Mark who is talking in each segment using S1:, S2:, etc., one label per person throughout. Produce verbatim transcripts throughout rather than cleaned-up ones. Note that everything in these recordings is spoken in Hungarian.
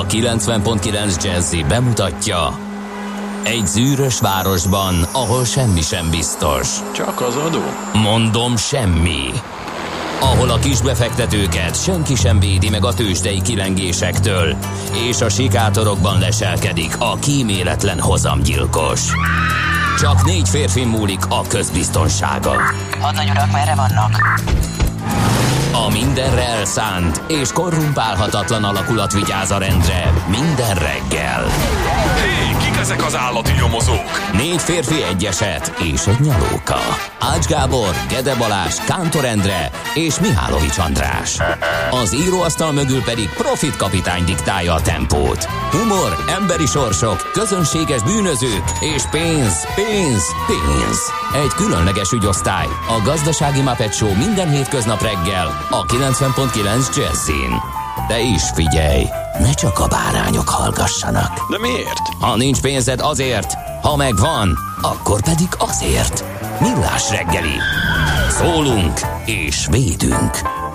S1: A kilencven pont kilenc Jazzy bemutatja: egy zűrös városban, ahol semmi sem biztos.
S2: Csak az adó?
S1: Mondom, semmi. Ahol a kisbefektetőket senki sem védi meg a tőzsdei kilengésektől, és a sikátorokban leselkedik a kíméletlen hozamgyilkos. Csak négy férfi múlik a közbiztonsága.
S3: Hadnagy urak, merre vannak?
S1: A mindenre elszánt és korrumpálhatatlan alakulat vigyáz a rendre minden reggel.
S2: Hé, kik ezek az állati nyomozók?
S1: Négy férfi, egy eset és egy nyalóka. Ács Gábor, Gede Balázs, Kántor Endre és Mihálovics András. Az íróasztal mögül pedig Profit kapitány diktálja a tempót. Humor, emberi sorsok, közönséges bűnözők és pénz, pénz, pénz. Egy különleges ügyosztály, a Gazdasági Muppet Show minden hétköznap reggel a kilencven pont kilenc Jazzin. De is figyelj, ne csak a bárányok hallgassanak.
S2: De miért?
S1: Ha nincs pénzed, azért, ha megvan, akkor pedig azért. Millás reggeli. Szólunk és védünk.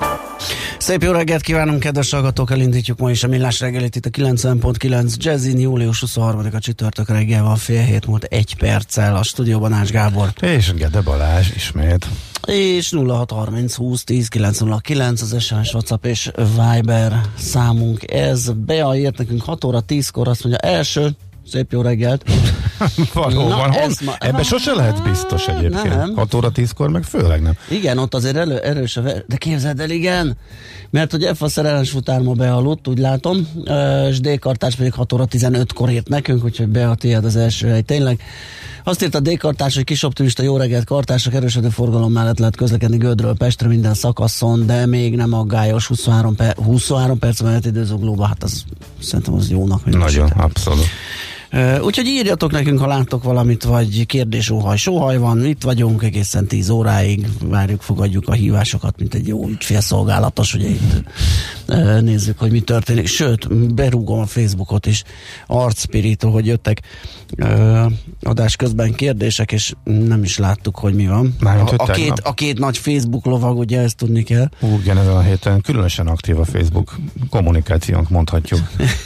S4: Szép jó reggelt kívánunk, kedves hallgatók! Elindítjuk ma is a Millás reggelit itt a kilencven pont kilenc Jazzin. Július huszonharmadika csütörtök reggel van, fél hét múlt egy perccel. A stúdióban Ács Gábor.
S5: És Gede Balázs ismét.
S4: És nulla hat harminc húsz tíz kilenc nulla kilenc az es em es, WhatsApp és Viber számunk. Ez Bea írt nekünk hat óra tízkor, azt mondja, első, szép jó reggelt.
S5: Valóban, ma... ebben sose lehet biztos egyébként. Nem. hat óra tízkor meg főleg nem.
S4: Igen, ott azért elő, erős a ver... De képzeld el, igen, mert hogy F a szerelmes futár ma bealudt, úgy látom, és D-kartárs pedig hat óra tizenötkor írt nekünk, úgyhogy Bea, tiéd az első hely. Tényleg azt írt a D-kartárs, hogy kis optimista, jó reggelt kartársak, erősödő forgalom mellett lehet közlekedni Gödről Pestre minden szakaszon, de még nem aggályos, huszonhárom, per... huszonhárom perc menet időzuglóba, hát az szerintem az jónak.
S5: Nagyon, abszolút.
S4: Uh, úgyhogy írjatok nekünk, ha láttok valamit, vagy kérdés, óhaj, sóhaj van, itt vagyunk egészen tíz óráig, várjuk, fogadjuk a hívásokat, mint egy jó ügyfélszolgálatos, ugye itt uh, nézzük, hogy mi történik. Sőt, berúgom a Facebookot is, arcpirító, hogy jöttek uh, adás közben kérdések, és nem is láttuk, hogy mi van.
S5: Mármint,
S4: a, a, két, a két nagy Facebook lovag, ugye ezt tudni kell.
S5: Ú, igen, ezen a héten különösen aktív a Facebook kommunikációnk, mondhatjuk.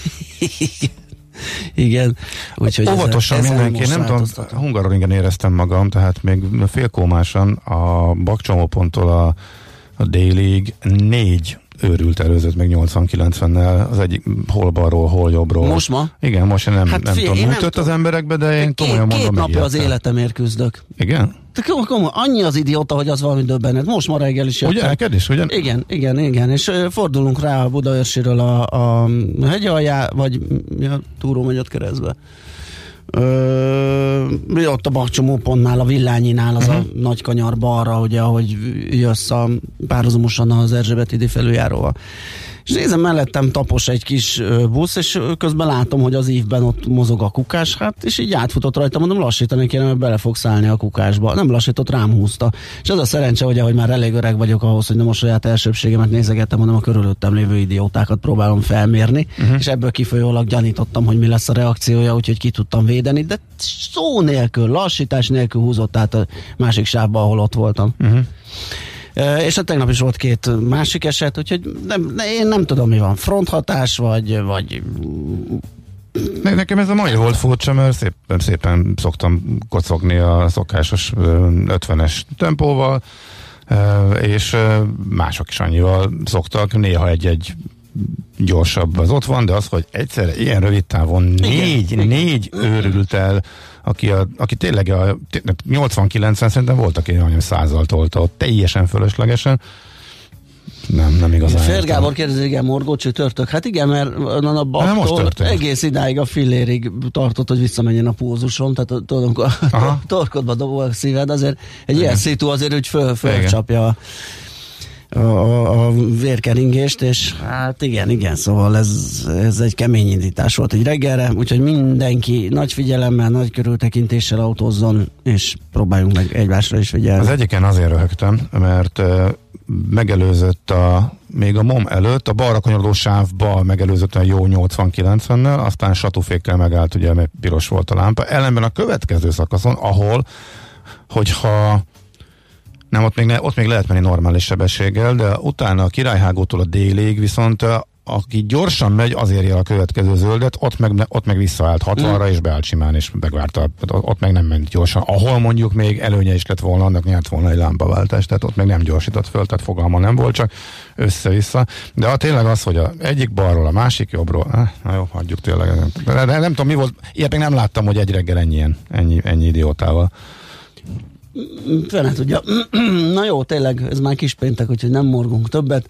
S4: Igen.
S5: Úgyhogy óvatosan ezzel, mindenki, nem tudom, Hungaroringen éreztem magam, tehát még félkómásan a Bakcsomóponttól a, a délig négy őrült előzött meg nyolcvan-kilencvennel, az egyik hol balról, hol jobbról.
S4: Most ma?
S5: Igen, most én nem, hát nem tudom, nem tört az emberekbe, de én komolyan mondom,
S4: Két napja az életemért küzdök.
S5: Igen?
S4: De komoly, annyi az idióta, hogy az valami döbbenet. Most ma reggel is jöttem.
S5: Ugye, neked is, ugye?
S4: Igen, igen, igen. És uh, fordulunk rá a Budaörsiről a, a hegy aljá, vagy ja, Túró megy ott keresztbe. Ö, ott a Bakcsomópontnál, a Villányinál, az uh-huh. a nagy kanyar balra, ugye, ahogy jössz a párhuzamosan az Erzsébet-hídi felüljáróval. És nézem, mellettem tapos egy kis busz, és közben látom, hogy az ívben ott mozog a kukás, hát, és így átfutott rajta, mondom, lassítani kéne, mert bele fog szállni a kukásba. Nem lassított, rám húzta. És az a szerencse, hogy ahogy már elég öreg vagyok ahhoz, hogy nem a saját elsőbségemet nézegettem, mondom, a körülöttem lévő idiótákat próbálom felmérni, uh-huh. és ebből kifolyólag gyanítottam, hogy mi lesz a reakciója, úgyhogy ki tudtam védeni, de szó nélkül, lassítás nélkül húzott át a másik sávba, ahol ott voltam. Uh-huh. Uh, és a tegnap is volt két másik eset, úgyhogy nem, én nem tudom, mi van, fronthatás, vagy... vagy...
S5: Ne, nekem ez a mai volt furcsa, mert szépen, szépen szoktam kocogni a szokásos ötvenes tempóval, uh, és uh, mások is annyival szoktak, néha egy-egy gyorsabb az ott van, de az, hogy egyszerre ilyen rövid távon négy, igen, négy igen. őrült el, aki, a, aki tényleg a nyolcvan-kilencven szerintem volt, aki olyan százal tolta ott, teljesen fölöslegesen. Nem, nem igazán.
S4: Fér Gábor kérdezi, igen, morgó csütörtök. Hát igen, mert a, a baktól egész idáig a fillérig tartott, hogy visszamenjen a pulzuson, tehát tudom, a torkodba dobó a szíved, azért egy igen. ilyen szitu azért úgy föl, fölcsapja a A, a vérkeringést, és hát igen, igen, szóval ez, ez egy kemény indítás volt egy reggelre, úgyhogy mindenki nagy figyelemmel, nagy körültekintéssel autózzon, és próbáljunk meg egymásra is figyelni.
S5: Az egyiken azért röhögtem, mert uh, megelőzött a, még a MOM előtt, a balra kanyarodó sávba megelőzött a jó nyolcvan-kilencvennel, aztán satúfékkel megállt, ugye, mert piros volt a lámpa. Ellenben a következő szakaszon, ahol, hogyha nem, ott még, ne, ott még lehet menni normális sebességgel, de utána a Királyhágótól a délig viszont aki gyorsan megy, azért ér a következő zöldet, ott meg, ott meg visszaállt hatvanra, és beállt simán, és megvárta, ott meg nem ment gyorsan. Ahol mondjuk még előnye is lett volna, annak nyert volna egy lámpaváltást, tehát ott meg nem gyorsított föl, tehát fogalma nem volt, csak össze-vissza. De a tényleg az, hogy a egyik balról, a másik jobbról, eh, na jó, hagyjuk tényleg. De, de nem tudom, mi volt, ilyet még nem láttam, hogy egy reggel ennyien, ennyi, ennyi idiótával.
S4: Fene tudja. Na jó, tényleg, ez már kispéntek, úgyhogy nem morgunk többet.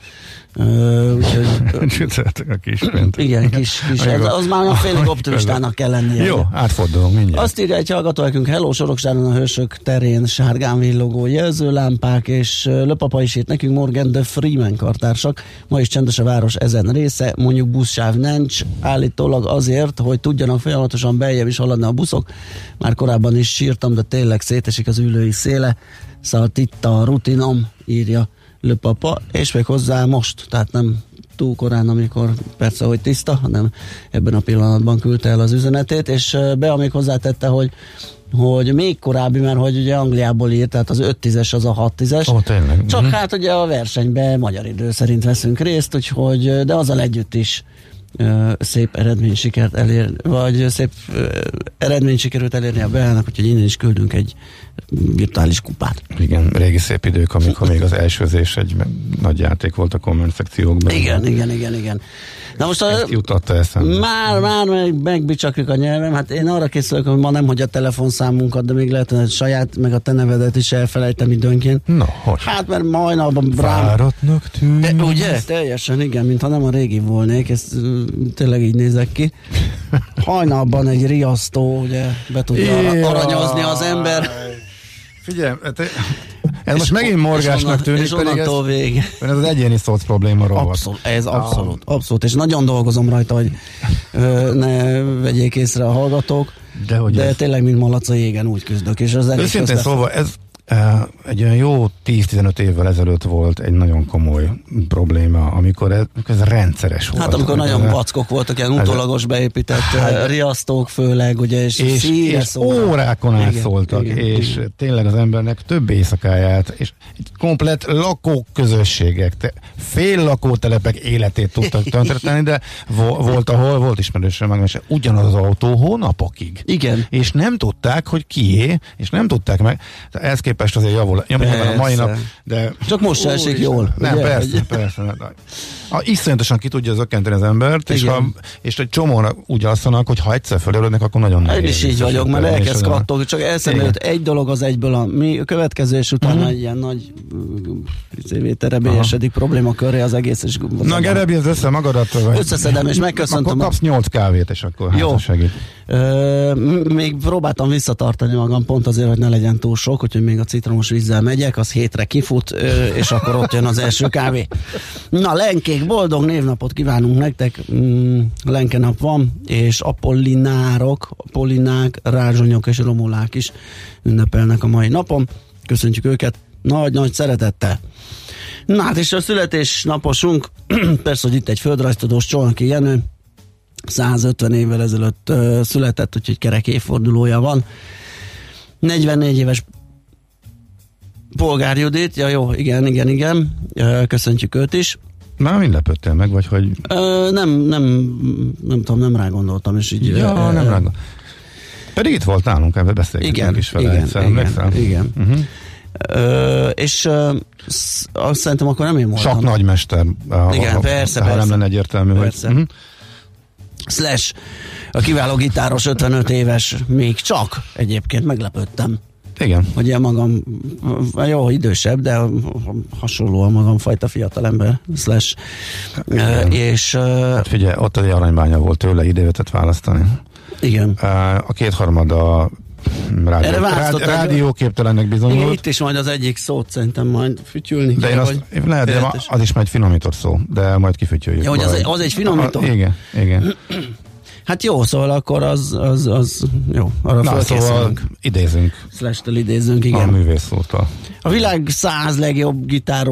S4: Uh, úgyhogy,
S5: Csütörtök a kispéntek.
S4: Igen, kis, kis az, az már olyan félig optimistának kell lennie.
S5: Jó, átfordulunk mindjárt.
S4: Azt írja egy hallgató nekünk, hello, Soroksáron a Hősök terén sárgán villogó jelzőlámpák, és Löpapa is írt nekünk, Morgan de Freeman kartársak. Ma is csendes a város ezen része, mondjuk buszsáv nincs, állítólag azért, hogy tudjanak folyamatosan beljebb is haladni a buszok. Már korábban is sírtam, de tényleg szétesik az ülői széle. Szóval itt a rutinom, írja Löpapa, és még hozzá most, tehát nem túl korán, amikor persze, hogy tiszta, hanem ebben a pillanatban küldte el az üzenetét, és Bea még hozzátette, hogy hogy még korábbi, mert hogy ugye Angliából írt, tehát az öt tízes az a hat tízes.
S5: Ó, tényleg.
S4: Csak
S5: uh-huh.
S4: hát ugye a versenyben magyar idő szerint veszünk részt, úgyhogy, de azzal együtt is uh, szép eredménysikert elér, vagy szép uh, eredmény sikerült elérni a Beának, úgyhogy innen is küldünk egy virtuális kupát.
S5: Igen, régi szép idők, amikor még az elsőzés egy nagy játék volt a komment szekciókban.
S4: Igen, igen, igen, igen. Na most
S5: ezt jutatta eszembe.
S4: Már, már meg, megbicsaklik a nyelvem. Hát én arra készülök, hogy ma nem, hogy a telefonszámunkat, de még lehet, hogy saját, meg a te nevedet is elfelejtem időnként.
S5: No, hogy?
S4: Hát, mert majdnapban
S5: Fáradtnak tűnsz.
S4: De, ugye? Teljesen, igen, mintha nem a régi volnék, ezt tényleg így nézek ki. Hajnalban egy riasztó, ugye, be tudja Jaj. aranyozni az ember.
S5: Figyelj, te... Ez és most megint morgásnak onnan, tűnik,
S4: és pedig ez,
S5: ez az egyéni szóc probléma rovat.
S4: Abszolút, ez abszolút, abszolút, és nagyon dolgozom rajta, hogy ö, ne vegyék észre a hallgatók, de, de ez... tényleg, mint malac a jégen úgy küzdök, és az elég
S5: őszintén szóval ez uh, egy olyan jó tíz-tizenöt évvel ezelőtt volt egy nagyon komoly probléma, amikor ez, amikor ez rendszeres volt.
S4: Hát amikor nagyon vackok voltak, ilyen utólagos beépített hát, riasztók főleg, ugye, és,
S5: és, és órákon át szóltak, igen, és igen. Tényleg az embernek több éjszakáját, és komplett lakóközösségek, te, fél lakótelepek életét tudtak tönkretenni, de vo, volt ahol, volt ismerősöm megmese, ugyanaz az autó hónapokig.
S4: Igen.
S5: És nem tudták, hogy kié, és nem tudták meg. Ehhez képest azért javul. Ja, a mai nap, de
S4: csak most se esik jól.
S5: Nem, ugye? persze, persze. A, iszonyatosan ki tudja zökkenteni az embert, és, ha, és egy csomóra úgy alszanak, hogy ha egyszer fölölődnek, akkor nagyon nehéz.
S4: Én is így vagyok, mert elkezd kattogni, csak eszembe jut egy dolog az egyből, a, mi, a következő és utána uh-huh. egy ilyen nagy terebélyesedik probléma köré az egész. És
S5: na gerebjezd össze magadat.
S4: Összeszedem, és megköszöntöm.
S5: Akkor kapsz nyolc kávét, és akkor
S4: jó. Segít. Ö, még próbáltam visszatartani magam pont azért, hogy ne legyen túl sok, úgyhogy még a citromos vízzel megyek, az hétre kifut, ö, és akkor ott jön az első kávé. Na, lenkék, boldog névnapot kívánunk nektek. Mm, lenke nap van, és apollinárok, apollinák, rázsonyok és romulák is ünnepelnek a mai napon. Köszöntjük őket nagy-nagy szeretettel. Na hát, és a születésnaposunk, persze, hogy itt egy földrajztudós, Csolnoki Jenő, százötven évvel ezelőtt uh, született, úgyhogy kerek évfordulója van. negyvennégy éves Polgár Judit, ja jó, igen, igen, igen, uh, köszöntjük őt is.
S5: Már mind lepődtél meg, vagy hogy...
S4: Uh, nem, nem, nem tudom, nem rá gondoltam, és így...
S5: Ja, uh, nem rá gondoltam. Pedig itt volt nálunk, ebben beszélgetünk is vele
S4: igen,
S5: egyszer,
S4: igen, igen. Uh-huh. Uh, és uh, sz, azt szerintem akkor nem én voltam.
S5: Csak nagymester. A,
S4: igen,
S5: a,
S4: persze,
S5: ha
S4: persze.
S5: nem lenne egyértelmű,
S4: persze.
S5: hogy... Uh-huh.
S4: Slash, a kiváló gitáros, ötvenöt éves, még csak egyébként meglepődtem.
S5: Igen.
S4: Hogy ilyen magam, jó, idősebb, de hasonlóan magam fajta fiatalember, Slash. Uh, és... Uh,
S5: hát figyelj, ott egy arranybánya volt tőle idővetet választani.
S4: Igen.
S5: Uh, a kétharmada rádió, rádió, rádióképtelennek bizonyult.
S4: Igen, itt is majd az egyik szót szerintem majd fütyülni
S5: de
S4: kell.
S5: Én azt, lehet, de az is majd finomított szó, de majd kifütyüljük.
S4: Ja, hogy az, az egy finomított?
S5: Igen, igen.
S4: Hát jó, szóval akkor az, az, az jó, arra
S5: na, szóval idézünk.
S4: Slash-től idézünk, igen.
S5: A művészszótól.
S4: A világ száz legjobb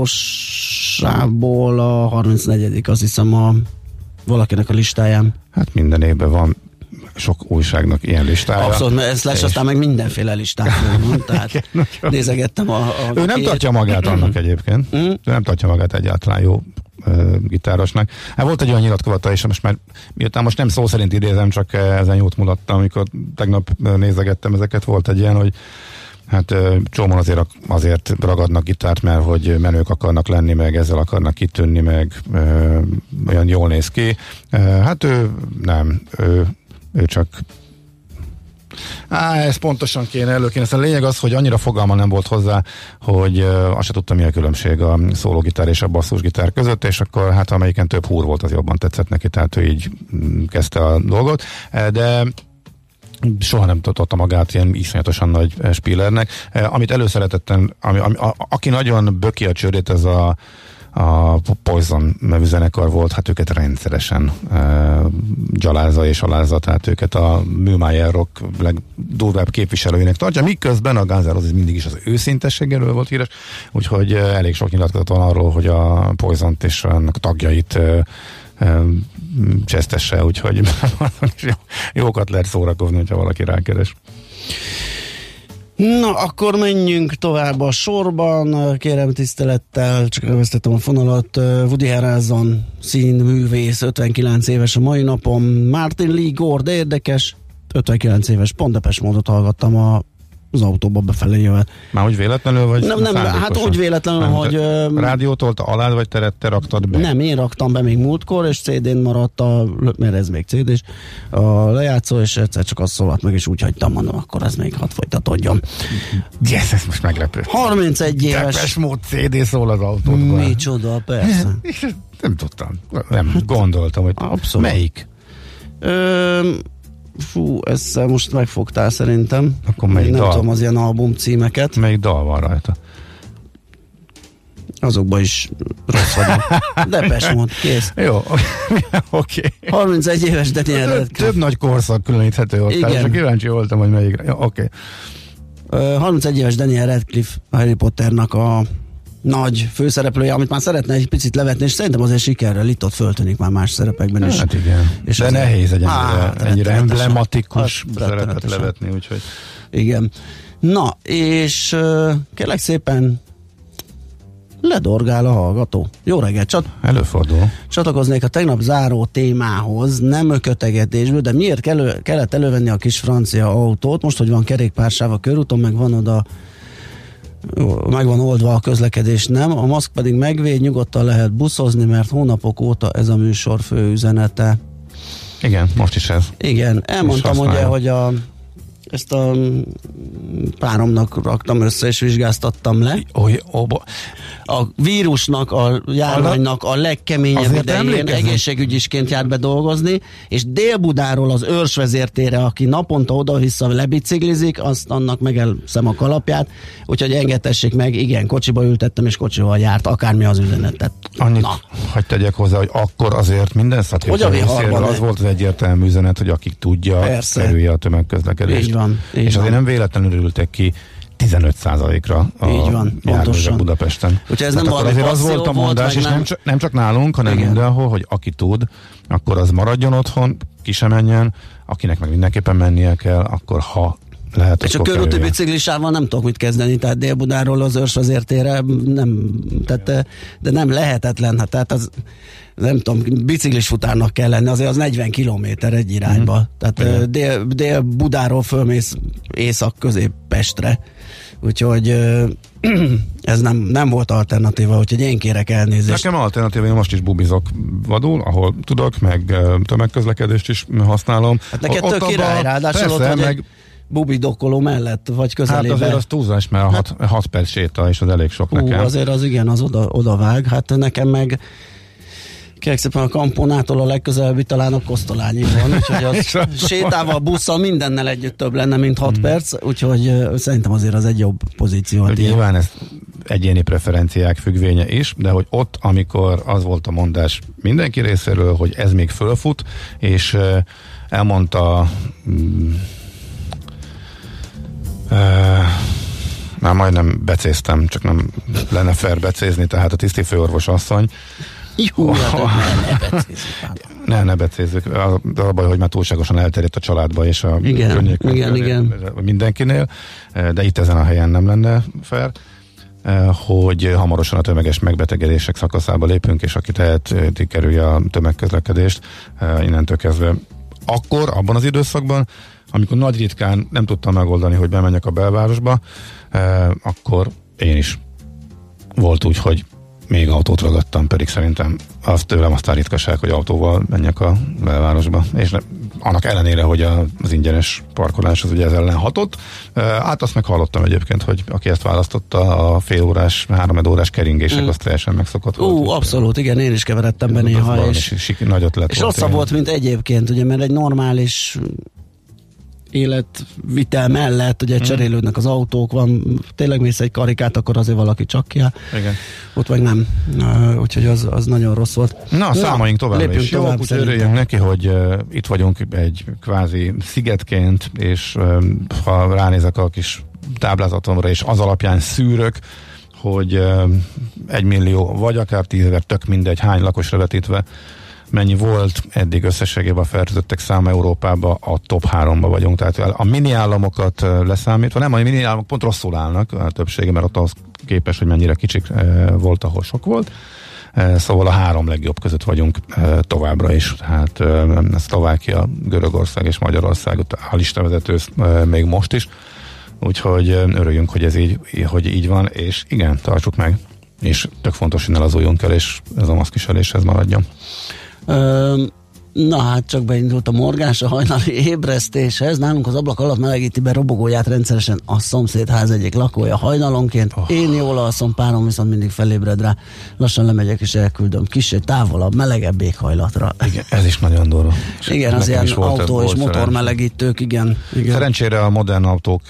S4: gitárosából a harmincnegyedik azt hiszem a valakinek a listáján.
S5: Hát minden évben van sok újságnak ilyen listája.
S4: Abszolút, mert ezt lesz, aztán meg mindenféle listát mondom, tehát nézegettem a, a
S5: Ő nem
S4: két...
S5: tartja magát annak egyébként. Mm. Ő nem tartja magát egyáltalán jó uh, gitárosnak. Hát volt egy olyan nyilatkozata is, most már miután most nem szó szerint idézem, csak ezen jót mulattam, amikor tegnap nézegettem ezeket, volt egy ilyen, hogy hát csomóan azért, azért ragadnak gitárt, mert hogy menők akarnak lenni, meg ezzel akarnak kitűnni, meg ö, olyan jól néz ki. Hát ő nem, ő, ő csak Á, ez pontosan kéne előkéne. A lényeg az, hogy annyira fogalma nem volt hozzá, hogy uh, azt se tudta, mi a különbség a szólógitár és a basszusgitár között, és akkor hát amelyiken több húr volt, az jobban tetszett neki, tehát ő így mm, kezdte a dolgot. De soha nem tartotta magát ilyen iszonyatosan nagy spillernek. Eh, amit előszeretettem, ami, ami, a, aki nagyon böki a csőrét, ez a, a Poison nevű zenekar volt, hát őket rendszeresen eh, gyalázza és alázza, tehát őket a Műmájer Rock legdurvább képviselőinek tartja, miközben a Guns N' Roses mindig is az őszintességéről volt híres, úgyhogy eh, elég sok nyilatkozat van arról, hogy a Poisont és annak tagjait eh, csesztesse, úgyhogy jókat lehet szórakozni, hogyha valaki rákeres.
S4: Na, akkor menjünk tovább a sorban. Kérem tisztelettel, csak elvesztettem a fonalat. Woody Harrelson, színművész, ötvenkilenc éves a mai napon. Martin Lee Gord, érdekes, ötvenkilenc éves, pont Depeche Mode-ot hallgattam a az autóba befelé jövet.
S5: Már úgy véletlenül, vagy
S4: nem, nem, hát úgy véletlenül, nem, hogy...
S5: Rádiót tolta alá, vagy te, te raktad be?
S4: Nem, én raktam be még múltkor, és cé dén maradt a, mert ez még cé dés, a lejátszó, és egyszer csak azt szólalt meg, és úgy hagytam, mondom, akkor ez még hadd folytatódjon.
S5: Yes, ez most meglepő.
S4: harmincegy éves...
S5: Depeche Mode cé dé szól az autódban.
S4: Micsoda, persze.
S5: Nem tudtam. Nem gondoltam, hogy
S4: abszolút.
S5: Melyik?
S4: Ö... Fú, ezzel most megfogtál szerintem.
S5: Akkor melyik
S4: nem
S5: dal?
S4: tudom az ilyen album címeket.
S5: Melyik dal van rajta?
S4: Azokban is rossz vagyok. Depeche Mode, kész.
S5: Jó, oké. Okay.
S4: harmincegy éves Daniel Radcliffe.
S5: Több nagy korszak különíthető ott.
S4: Igen.
S5: Csak kíváncsi voltam, hogy melyikre. Jó, oké.
S4: Okay. harmincegy éves Daniel Radcliffe, a Harry Potternak a nagy főszereplője, amit már szeretne egy picit levetni, és szerintem azért sikerrel itt ott föltűnik már más szerepekben is.
S5: Hát igen. És de nehéz egy ennyire, ennyire emblematikus
S4: hát,
S5: szerepet levetni, úgyhogy.
S4: Igen. Na, és uh, kérlek szépen ledorgál a hallgató. Jó reggelt, csat.
S5: Előfordul.
S4: Csatlakoznék a tegnap záró témához, nem kötegetésből, de miért kell, kellett elővenni a kis francia autót, most, hogy van kerékpársáv a körúton, meg van oda meg van oldva a közlekedés, nem. A maszk pedig megvéd, nyugodtan lehet buszozni, mert hónapok óta ez a műsor fő üzenete.
S5: Igen, most is ez.
S4: Igen, elmondtam ugye, hogy a ezt a páromnak raktam össze és vizsgáztattam le.
S5: Oly, oba.
S4: A vírusnak, a járványnak a legkeményebb idején egészségügyisként járt be dolgozni, és Dél-Budáról az Őrs vezértére, aki naponta oda-vissza lebiciklizik, azt annak megelszem a kalapját, úgyhogy engedtessék meg, igen, kocsiba ültettem, és kocsival járt, akármi az üzenetet.
S5: Annyit, hogy tegyek hozzá, hogy akkor azért minden szakértő az volt az egyértelmű üzenet, hogy akik tudja, persze, kerülje a tömegközlekedést.
S4: Van,
S5: és
S4: van.
S5: azért nem véletlenül ültek ki tizenöt százalékra a járművek Budapesten.
S4: Úgyhogy ez nem
S5: azért az volt a mondás, és nem, nem, csak, nem csak nálunk, hanem igen, mindenhol, hogy aki tud, akkor az maradjon otthon, ki sem menjen, akinek meg mindenképpen mennie kell, akkor ha lehet.
S4: És a körúti biciklisával nem tudok mit kezdeni, tehát Dél-Budáról az Őrs vezértére nem, tehát, de nem lehetetlen, hát tehát az nem tudom, biciklis futárnak kell lenni, azért az negyven kilométer egy irányba. Mm-hmm. Tehát dél, Dél-Budáról fölmész észak-közép-Pestre. Úgyhogy ez nem, nem volt alternatíva, úgyhogy én kérek elnézést.
S5: Nekem alternatíva, én most is bubizok vadul, ahol tudok, meg tömegközlekedést is használom.
S4: Hát neked tök király, ráadásul ott, hogy meg bubi dokkoló mellett, vagy közelében.
S5: Hát azért az túlzás, mert a hat, hat perc séta, és az elég sok
S4: Hú,
S5: nekem.
S4: Azért az igen, az oda, oda vág. Hát nekem meg kérlek szépen a Kamponától a legközelebbi talán a Kosztolányi van, úgyhogy az sétával, busszal, mindennel együtt több lenne, mint hat hmm. perc, úgyhogy uh, szerintem azért az egy jobb pozíció.
S5: Nyilván ez egyéni preferenciák függvénye is, de hogy ott, amikor az volt a mondás mindenki részéről, hogy ez még fölfut, és uh, elmondta mm, uh, már majdnem becéztem, csak nem lenne fair becézni, tehát a tisztifőorvos asszony,
S4: Jó, hát ne becézzük.
S5: Ne, ne becézzük. De a baj, hogy már túlságosan elterjedt a családba és a
S4: igen,
S5: környéken,
S4: igen, igen.
S5: mindenkinél, de itt ezen a helyen nem lenne fair, hogy hamarosan a tömeges megbetegedések szakaszába lépünk, és aki teheti, kerülje a tömegközlekedést innentől kezdve. Akkor, abban az időszakban, amikor nagy ritkán nem tudtam megoldani, hogy bemenjek a belvárosba, akkor én is volt úgy, hogy még autót ragadtam, pedig szerintem az tőlem aztán ritkaság, hogy autóval menjek a belvárosba. És ne, annak ellenére, hogy a, az ingyenes parkolás az ugye ez ellen hatott. Hát azt meg hallottam egyébként, hogy aki ezt választotta, a fél órás, három órás keringések, mm. az teljesen megszokott
S4: volt. Ú, abszolút, igen, én is keveredtem be néha. És,
S5: és, nagyot lett
S4: és rosszabb volt, mint egyébként, ugye, mert egy normális életvitel mellett, ugye mm. cserélődnek az autók, van, tényleg mész egy karikát, akkor azért valaki csak kiáll.
S5: Igen.
S4: Ott meg nem. Uh, úgyhogy az, az nagyon rossz volt.
S5: Na, számoljunk továbbra is. Jó, úgy örüljünk neki, hogy uh, itt vagyunk egy kvázi szigetként, és uh, ha ránézek a kis táblázatomra, és az alapján szűrök, hogy uh, egy millió, vagy akár tízezer, tök mindegy, hány lakosra vetítve, mennyi volt eddig összességében a fertőzöttek száma Európában, a top háromba vagyunk. Tehát a mini államokat leszámítva, nem, a mini államok pont rosszul állnak a többsége, mert ott ahhoz képest, hogy mennyire kicsik volt, ahol sok volt. Szóval a három legjobb között vagyunk továbbra is. Hát ez Szlovákia, Görögország és Magyarország, a listavezető még most is. Úgyhogy örüljünk, hogy ez így, hogy így van, és igen, tartsuk meg. És tök fontos, hogy ne lazuljunk el, és ez a maszkviseléshez maradjon.
S4: Ö, na hát csak beindult a morgás a hajnali ébresztéshez. Nálunk az ablak alatt melegíti be robogóját rendszeresen a szomszédház egyik lakója hajnalonként. Oh. Én jól alszom, párom viszont mindig felébred rá. Lassan lemegyek és elküldöm kissé távolabb, melegebb éghajlatra.
S5: Igen, ez is nagyon durva.
S4: Igen, az ilyen autó és motormelegítők, igen, igen.
S5: Szerencsére a modern autók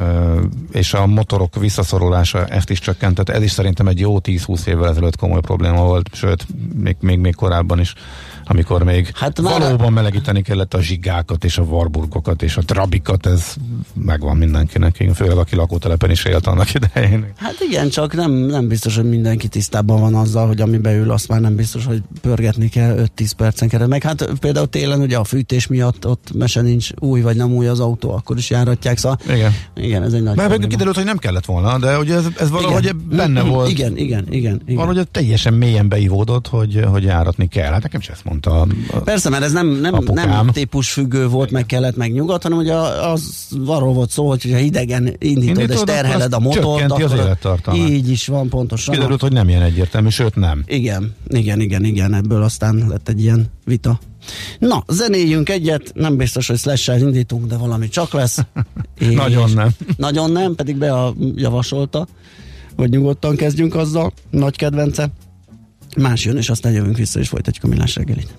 S5: és a motorok visszaszorulása ezt is csökkentett. Ez is szerintem egy jó tíz-húsz évvel ezelőtt komoly probléma volt, sőt, még, még, még korábban is, amikor még hát valóban melegíteni kellett a zsigákat és a Warburgokat és a Trabikat, ez megvan mindenkinek, főleg aki lakótelepen is élt annak idején.
S4: Hát igen, csak nem, nem biztos, hogy mindenki tisztában van azzal, hogy ami beül, azt már nem biztos, hogy pörgetni kell öt-tíz percen kerül. Meg hát például télen ugye a fűtés miatt ott mese nincs új vagy nem új az autó, akkor is járatják, szóval
S5: igen,
S4: igen ez egy nagy
S5: probléma. Mert kiderült, hogy nem kellett volna, de ugye ez, ez valahogy igen. benne volt.
S4: Igen, igen, igen. igen.
S5: Valahogy teljesen mélyen beivódott, hogy, hogy járatni kell. Hát nekem is ezt mondta a, a
S4: persze, mert ez nem, nem, nem típusfüggő volt, meg kellett, meg nyugodt, hanem ugye az arról volt szó, hogy ha hidegen indítod, indítod és terheled a motort,
S5: akkor
S4: az élettartalmát. Így is van, pontosan.
S5: Kiderült, hogy nem ilyen egyértelmű, sőt nem.
S4: Igen, igen, igen, igen, ebből aztán lett egy ilyen vita. Na, zenéljünk egyet, nem biztos, hogy Slash-sel indítunk, de valami csak lesz.
S5: Nagyon nem.
S4: Nagyon nem, pedig be a javasolta, hogy nyugodtan kezdjünk azzal, nagy kedvence. Más jön, és aztán jövünk vissza, és folytatjuk a Millás reggelit.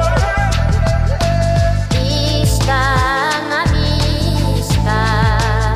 S6: Isten, nem Isten,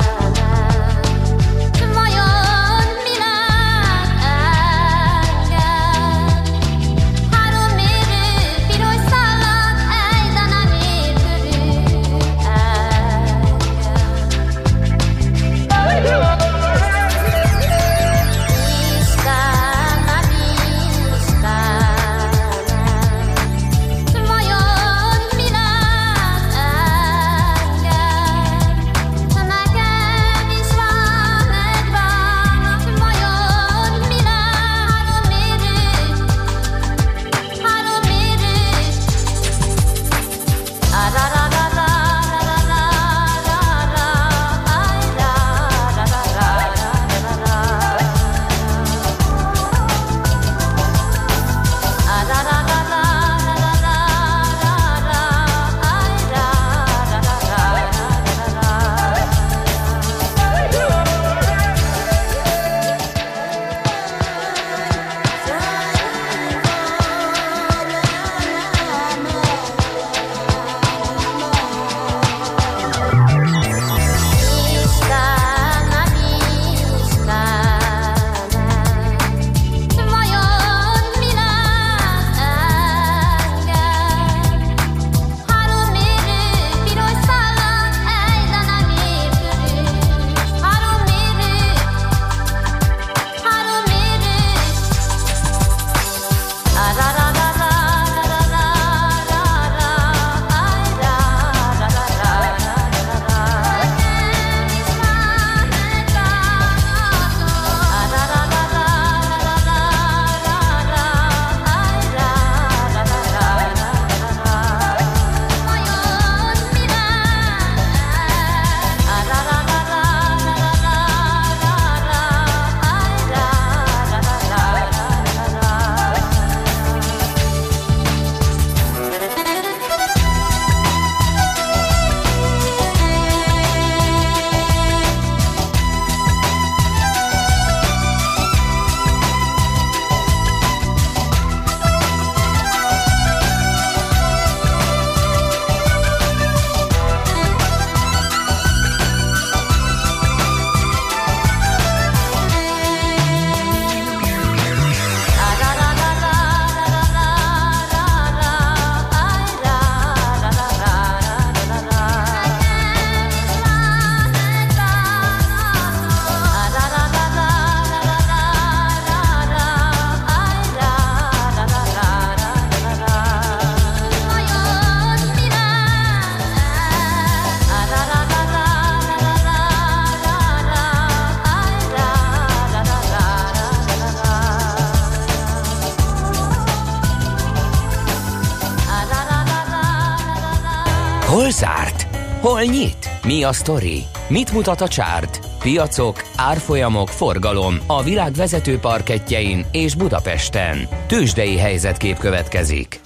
S1: Hol zárt? Hol nyit? Mi a sztori? Mit mutat a csárt? Piacok, árfolyamok, forgalom a világ vezető parkettjein és Budapesten. Tőzsdei helyzetkép következik.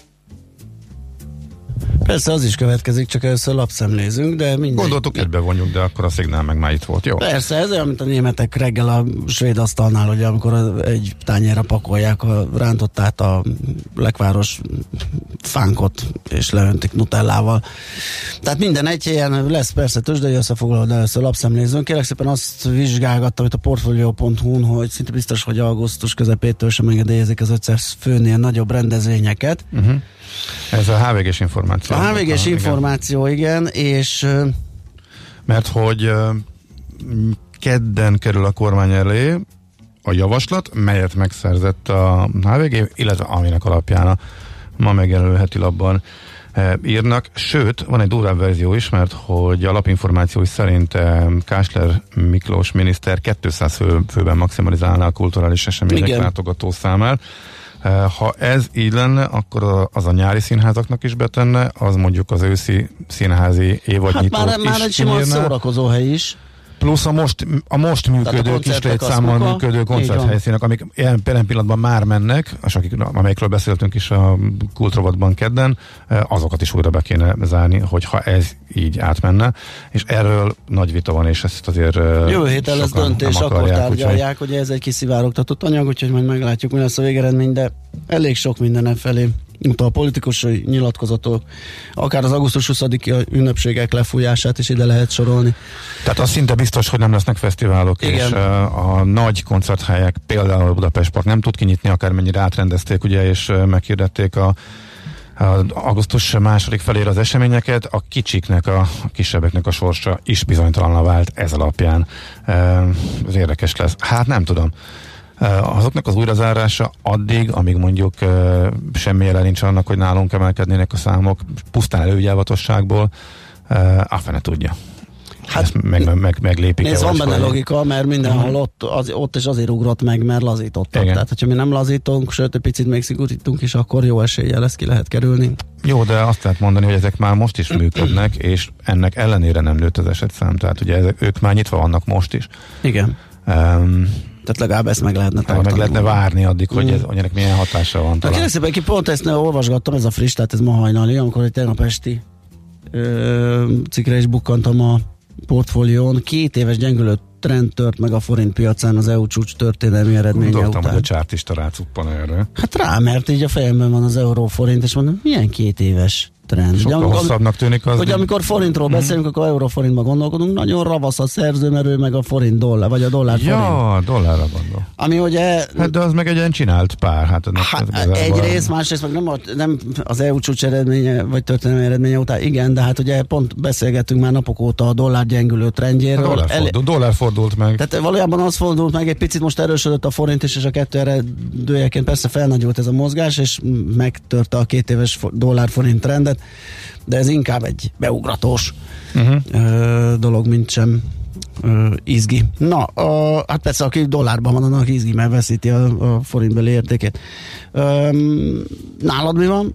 S4: Persze az is következik, csak először lapszemlézünk, de mindegy.
S5: Gondoltuk, egybe vonjuk, de akkor a szignál meg már itt volt, jó?
S4: Persze, ez olyan, mint a németek reggel a svéd asztalnál, ugye, amikor egy tányérra pakolják a rántottát, a lekváros fánkot, és leöntik nutellával. Tehát minden egy helyen lesz persze tőzsdei összefoglaló, de először lapszemlézünk. Kérlek szépen azt vizsgálgattam itt a portfolio pont hu-n, hogy szinte biztos, hogy augusztus közepétől sem engedélyezik az ötszáz főnél nagyobb rendezvényeket. Uh-huh.
S5: Ez a há vé gés információ.
S4: A há vé gés információ, igen, és...
S5: Mert hogy kedden kerül a kormány elé a javaslat, melyet megszerzett a há vé gé, illetve aminek alapján a ma megjelenő heti labban írnak. Sőt, van egy durvább verzió is, mert hogy a lapinformáció szerint Kásler Miklós miniszter kétszáz fő, főben maximalizálná a kulturális események igen. látogató számát. Ha ez így lenne, akkor az a nyári színházaknak is betenne, az mondjuk az őszi színházi évadnyitót hát
S4: már,
S5: is
S4: már egy sima szórakozóhely is.
S5: Plusz a most, a most működő, kis létszámmal működő koncerthelyszínek, amik ilyen pillanatban már mennek, és akik, amelyekről beszéltünk is a kultrovatban kedden, azokat is újra be kéne zárni, hogyha ez így átmenne, és erről nagy vita van, és ezt azért
S4: jövő héten lesz döntés, akkor tárgyalják, hogy ez egy kiszivárogtatott anyag, úgyhogy majd meglátjuk, mi lesz a végeredmény, de elég sok mindenen felé utal a politikusai nyilatkozatok, akár az augusztus huszadiki ünnepségek lefújását is ide lehet sorolni.
S5: Tehát az szinte biztos, hogy nem lesznek fesztiválok, igen. és uh, a nagy koncerthelyek, például a Budapest Park nem tud kinyitni, akármennyire átrendezték, ugye, és uh, meghirdették a, a augusztus második felére az eseményeket, a kicsiknek, a, a kisebbeknek a sorsa is bizonytalanná vált ez alapján. Uh, ez érdekes lesz. Hát nem tudom. Azoknak az újrazárása addig, amíg mondjuk uh, semmi jelen nincs annak, hogy nálunk emelkednének a számok, pusztán előjávatosságból, uh, a fene tudja. Hát ezt meg, meg, meglépik.
S4: Ez van benne logika, mert mindenhol uh-huh. ott, az, ott is azért ugrott meg, mert lazítottak. Igen. Tehát, hogyha mi nem lazítunk, sőt, egy picit még szigorítunk is, akkor jó eséllyel ezt ki lehet kerülni. Jó,
S5: de azt lehet mondani, hogy ezek már most is működnek, és ennek ellenére nem nőtt az esetszám. Tehát ugye ezek, ők már nyitva vannak most is.
S4: Igen. Um, Tehát legalább ezt meg lehetne tartani.
S5: Meg lehetne várni addig, hogy, ez, hogy ennek milyen hatása van.
S4: Kérlek szépen, ki pont ezt olvasgattam, ez a friss, tehát ez ma hajnali, amikor egy tegnap esti ö, cikkre is bukkantam a portfólión. Két éves gyengülő trend tört meg a forint piacán az é u csúcs történelmi eredménye
S5: Gondoltam,
S4: után.
S5: hogy a csártista rácuppan erre.
S4: Hát rá, mert így a fejemben van az euró forint, és mondom, milyen két éves trend.
S5: Sokkal
S4: amikor,
S5: hosszabbnak tűnik az.
S4: Hogy amikor forintról mm-hmm. beszélünk, akkor euróforintban gondolkodunk, nagyon ravasz a szerzőmerő, meg a forint dollár, vagy a dollár forint.
S5: Ja, dollárra gondol.
S4: Ami ugye...
S5: Hát de az meg egy ilyen csinált pár. Hát,
S4: hát egyrészt, másrészt meg nem, a, nem az é u csúcs eredménye, vagy történelmi eredménye után, igen, de hát ugye pont beszélgetünk már napok óta a dollár gyengülő trendjéről.
S5: A dollár, El... fordult, dollár fordult meg.
S4: Tehát valójában az fordult meg, egy picit most erősödött a forint is, és a kettő eredőjeként persze felnagyult ez a mozgás, és megtörte a két éves dollár-forint trendet, de ez inkább egy beugratós uh-huh. ö, dolog, mint sem ö, izgi. Na, a, hát persze, aki dollárban van, annak izgi, mert veszíti a, a forintbeli értékét. Ö, nálad mi van?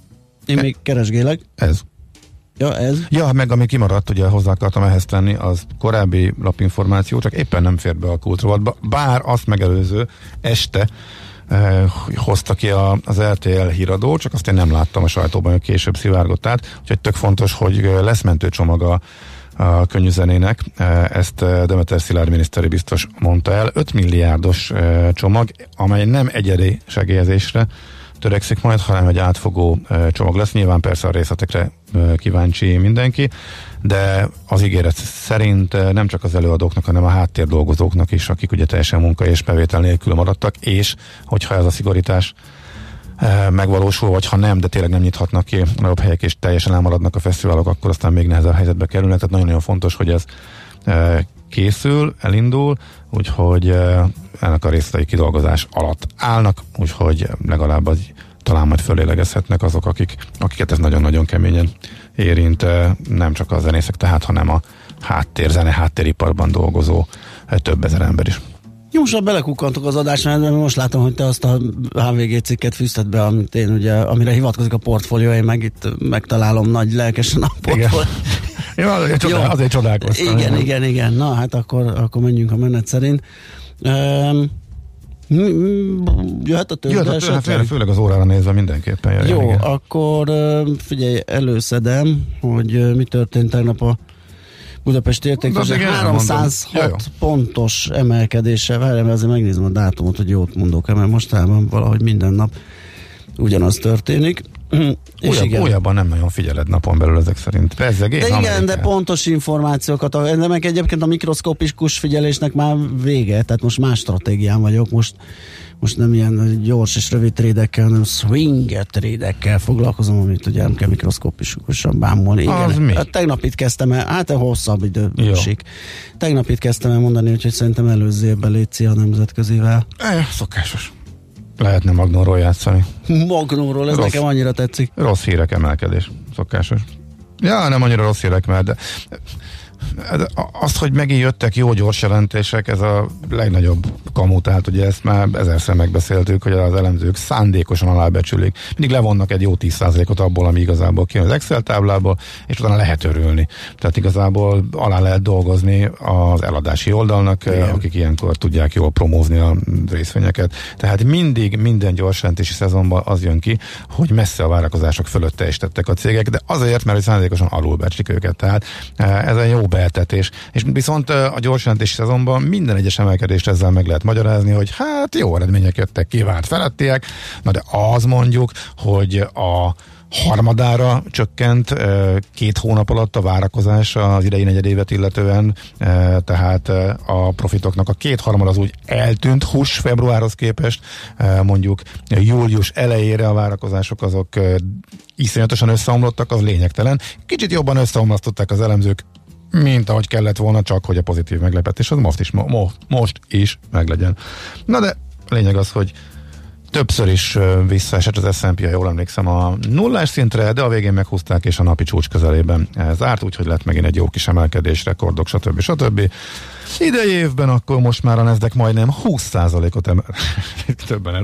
S4: Én e- még keresgélek.
S5: Ez.
S4: Ja, ez?
S5: Ja, meg ami kimaradt, ugye hozzá akartam ehhez tenni, az korábbi lapinformáció, csak éppen nem fér be a kultrovatba, bár azt megelőző este eh, hozta ki a, az er té el híradó, csak azt én nem láttam a sajtóban, hogy később szivárgott át, úgyhogy tök fontos, hogy lesz mentőcsomag a, a könnyűzenének, ezt Demeter Szilárd miniszteri biztos mondta el, öt milliárdos eh, csomag, amely nem egyedi segélyezésre törekszik majd, hanem egy átfogó uh, csomag lesz. Nyilván persze a részletekre uh, kíváncsi mindenki, de az ígéret szerint uh, nem csak az előadóknak, hanem a háttér dolgozóknak is, akik ugye teljesen munka és bevétel nélkül maradtak, és hogyha ez a szigorítás uh, megvalósul, vagy ha nem, de tényleg nem nyithatnak ki a nagyobb helyek, és teljesen elmaradnak a fesztiválok, akkor aztán még nehezebb helyzetbe kerülnek. Tehát nagyon-nagyon fontos, hogy ez uh, készül, elindul, úgyhogy uh, ennek a részletei kidolgozás alatt állnak, úgyhogy legalább az, talán majd fölélegezhetnek azok, akik, akiket ez nagyon-nagyon keményen érint, nem csak a zenészek tehát, hanem a háttér, zene háttériparban dolgozó több ezer ember is.
S4: Most már belekukkantok az adásmenetben, mert most látom, hogy te azt a há vé gé cikket fűzted be, amit én ugye, amire hivatkozik a portfólió, én meg itt megtalálom nagy lelkesen a portfólió.
S5: Ja, azért, csodál, azért csodálkoztam.
S4: Igen, igen, igen, igen. Na, hát akkor, akkor menjünk a menet szerint. Um, jöhet a tőzsde
S5: Jöhet a tőzsde, hát főleg, főleg az órára nézve mindenképpen. Jöjjön,
S4: jó,
S5: igen.
S4: akkor figyelj, előszedem, hogy mi történt tegnap a Budapesti értéktőzsde háromszázhat pontos emelkedéssel. Várjál, azért megnézem a dátumot, hogy jót mondok-e, mert mostában valahogy minden nap ugyanaz történik.
S5: És Újabb, újabban nem nagyon figyeled napon belül ezek szerint. Persze,
S4: de igen, Amerikán. De pontos információkat, de meg egyébként a mikroszkopikus figyelésnek már vége, tehát most más stratégián vagyok, most, most nem ilyen gyors és rövid trédekkel, hanem swinger trédekkel foglalkozom, amit ugye nem kell mikroszkopikusan bámulni. Igen, hát tegnap itt kezdtem el, hát hosszabb időség. Tegnap itt kezdtem el mondani, hogy szerintem előző évben létszi a nemzetközivel.
S5: E, szokásos. Lehetne Magnóról játszani.
S4: Magnóról, ez rossz, nekem annyira tetszik.
S5: Rossz hírek emelkedés, szokásos. Ja, nem annyira rossz hírek, mert de, de azt, hogy megint jöttek jó gyors jelentések, ez a legnagyobb kamu, tehát ugye ezt már ezerszer megbeszéltük, hogy az elemzők szándékosan alábecsülik. Mindig levonnak egy jó tíz százalékot abból, ami igazából kijön az Excel táblából, és utána lehet örülni. Tehát igazából alá lehet dolgozni az eladási oldalnak, igen, akik ilyenkor tudják jól promózni a részvényeket. Tehát mindig, minden gyors jelentési szezonban az jön ki, hogy messze a várakozások fölött teljesítettek a cégek, de azért, mert szándékosan alulbecslik őket. Tehát ez egy jó beeltetés. És viszont a gyors jelentési szezonban minden egyes emelkedést ezzel meg lehet magyarázni, hogy hát jó eredmények jöttek ki, várt felettiek, na de az mondjuk, hogy a harmadára csökkent két hónap alatt a várakozás az idei negyedévet illetően, tehát a profitoknak a két harmad az úgy eltűnt hús februárhoz képest, mondjuk július elejére a várakozások azok iszonyatosan összeomlottak, az lényegtelen. Kicsit jobban összeomlasztották az elemzők, mint ahogy kellett volna, csak hogy a pozitív meglepetés az most is, mo- most is meglegyen. Na de lényeg az, hogy többször is visszaesett az es and pé, ha jól emlékszem, a nullás szintre, de a végén meghúzták, és a napi csúcs közelében zárt, úgyhogy lett megint egy jó kis emelkedés, rekordok, stb. stb. Idei évben akkor most már a Nasdaq majdnem húsz százalékot emel. Többen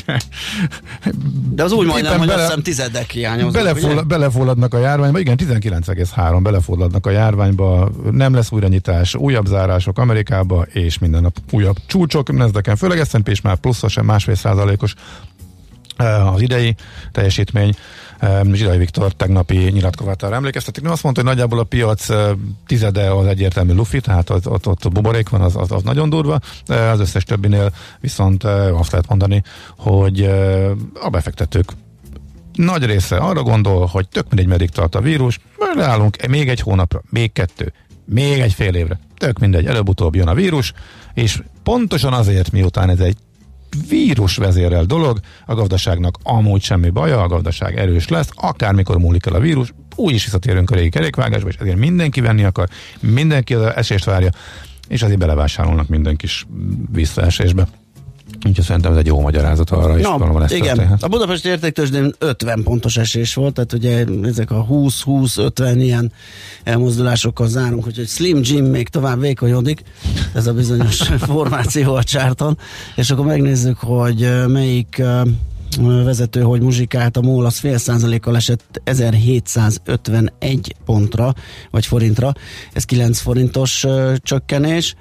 S4: de az úgy majdnem, hogy bele, azt hiszem tizedek hiányoznak.
S5: Belefol, belefulladnak a járványba, igen, tizenkilenc egész három belefulladnak a járványba, nem lesz újranyitás, újabb zárások Amerikába, és minden nap újabb csúcsok, Nasdaqen, főleg es and pé is már pluszos, másfél százalékos az idei teljesítmény. Zsidai Viktor tegnapi nyilatkozatára emlékeztetik. Azt mondta, hogy nagyjából a piac tizede az egyértelmű lufi, tehát ott, ott, ott buborék van, az, az, az nagyon durva. Az összes többinél viszont azt lehet mondani, hogy a befektetők nagy része arra gondol, hogy tök mindegy, meddig tart a vírus, majd leállunk még egy hónapra, még kettő, még egy fél évre. Tök mindegy, előbb-utóbb jön a vírus, és pontosan azért, miután ez egy vírusvezérrel dolog, a gazdaságnak amúgy semmi baja, a gazdaság erős lesz, akármikor múlik el a vírus, úgy is visszatérünk a régi kerékvágásba, és ezért mindenki venni akar, mindenki az esést várja, és azért belevásárolnak minden kis visszaesésbe. Úgyhogy szerintem ez egy jó magyarázat arra is.
S4: No, igen, történhet. A Budapesti értéktőzsdén ötven pontos esés volt, tehát ugye ezek a húsz húsz ötven ilyen elmozdulásokkal zárunk, úgyhogy Slim Jim még tovább vékonyodik, ez a bizonyos formáció a csárton, és akkor megnézzük, hogy melyik vezető, hogy muzsikált, a MOL az fél százalékkal esett ezerhétszázötvenegy pontra, vagy forintra, ez kilenc forintos uh, csökkenés.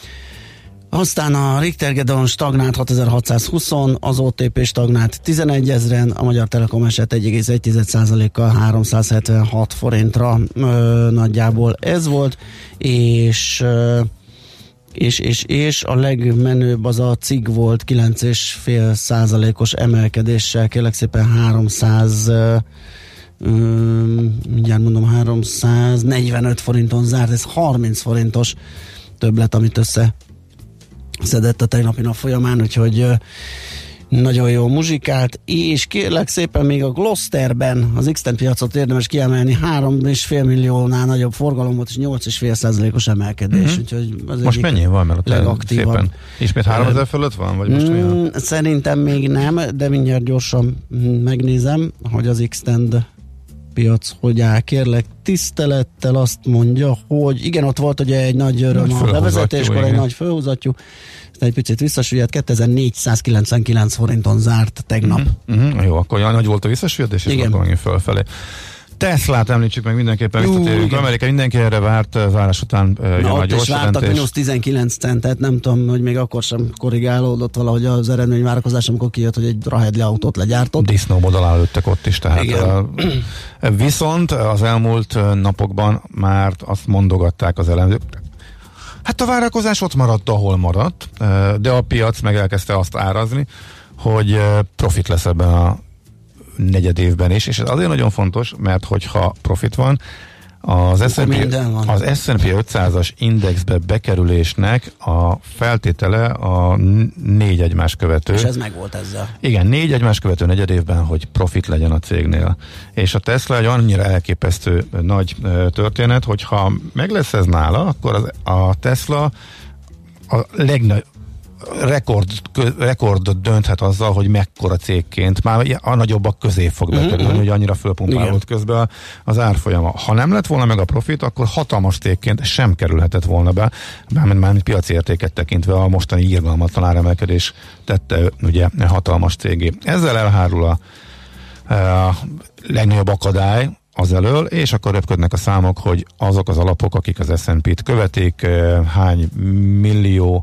S4: Aztán a Richter Gedeon stagnált hatezer-hatszázhúsz, az o té pé stagnált tizenegyezren, a Magyar Telekom esett egy egész egy százalékkal háromszázhetvenhat forintra, ö, nagyjából ez volt, és, ö, és, és, és a legmenőbb az a cég volt kilenc egész öt százalékos emelkedéssel, kérlek szépen háromszáz, ö, ö, mindjárt mondom, háromszáznegyvenöt forinton zárt, ez harminc forintos többlet, amit össze szedett a tegnapi nap folyamán, úgyhogy nagyon jó muzsikált, és kérlek szépen még a Glosterben az X-Ten piacot érdemes kiemelni, három és fél milliónál nagyobb forgalom volt, és nyolc egész öt százalékos emelkedés. Mm-hmm. Úgyhogy az
S5: most mennyi van, mert
S4: legaktívabb.
S5: Szépen. Ismét háromezer fölött van? Vagy most
S4: mm, szerintem még nem, de mindjárt gyorsan megnézem, hogy az X-Ten piac hogy áll? Kérlek tisztelettel azt mondja, hogy igen, ott volt ugye egy nagy öröm a bevezetéskor, egy nagy fölhúzatjú, egy picit visszasüllyedt, kétezer-négyszázkilencvenkilenc forinton zárt tegnap.
S5: Uh-huh, uh-huh. Jó, akkor olyan nagy volt a visszasüllyedés, és akkor megint fölfelé. Teslát említsük meg mindenképpen, visszatérünk. Amerika mindenki erre várt, zárás után jön a gyors jelentés. Vártak
S4: mínusz tizenkilenc centet, nem tudom, hogy még akkor sem korrigálódott valahogy az eredmény várakozás, amikor kijött, hogy egy Rahedli autót legyártott.
S5: Disznómodal előttek ott is, tehát a, viszont az elmúlt napokban már azt mondogatták az elemzők, hát a várakozás ott maradt, ahol maradt, de a piac meg elkezdte azt árazni, hogy profit lesz ebben a negyed évben is, és ez azért nagyon fontos, mert hogyha profit van, az es and P, az es and P ötszázas indexbe bekerülésnek a feltétele a négy egymás követő.
S4: És ez meg volt ezzel.
S5: Igen, négy egymás követő negyed évben, hogy profit legyen a cégnél. És a Tesla egy annyira elképesztő nagy történet, hogyha meg lesz ez nála, akkor az, a Tesla a legnagyobb rekord, rekordot dönthet azzal, hogy mekkora cégként már a nagyobbak közé fog bekerülni, uh-huh. hogy annyira fölpumpálódott közben az árfolyama. Ha nem lett volna meg a profit, akkor hatalmas cégként sem kerülhetett volna be, bármint már piaci értéket tekintve a mostani irgalmatlan áremelkedés tette ugye hatalmas cégé. Ezzel elhárul a, a legnagyobb akadály az elől, és akkor röpködnek a számok, hogy azok az alapok, akik az es and P-t követik, hány millió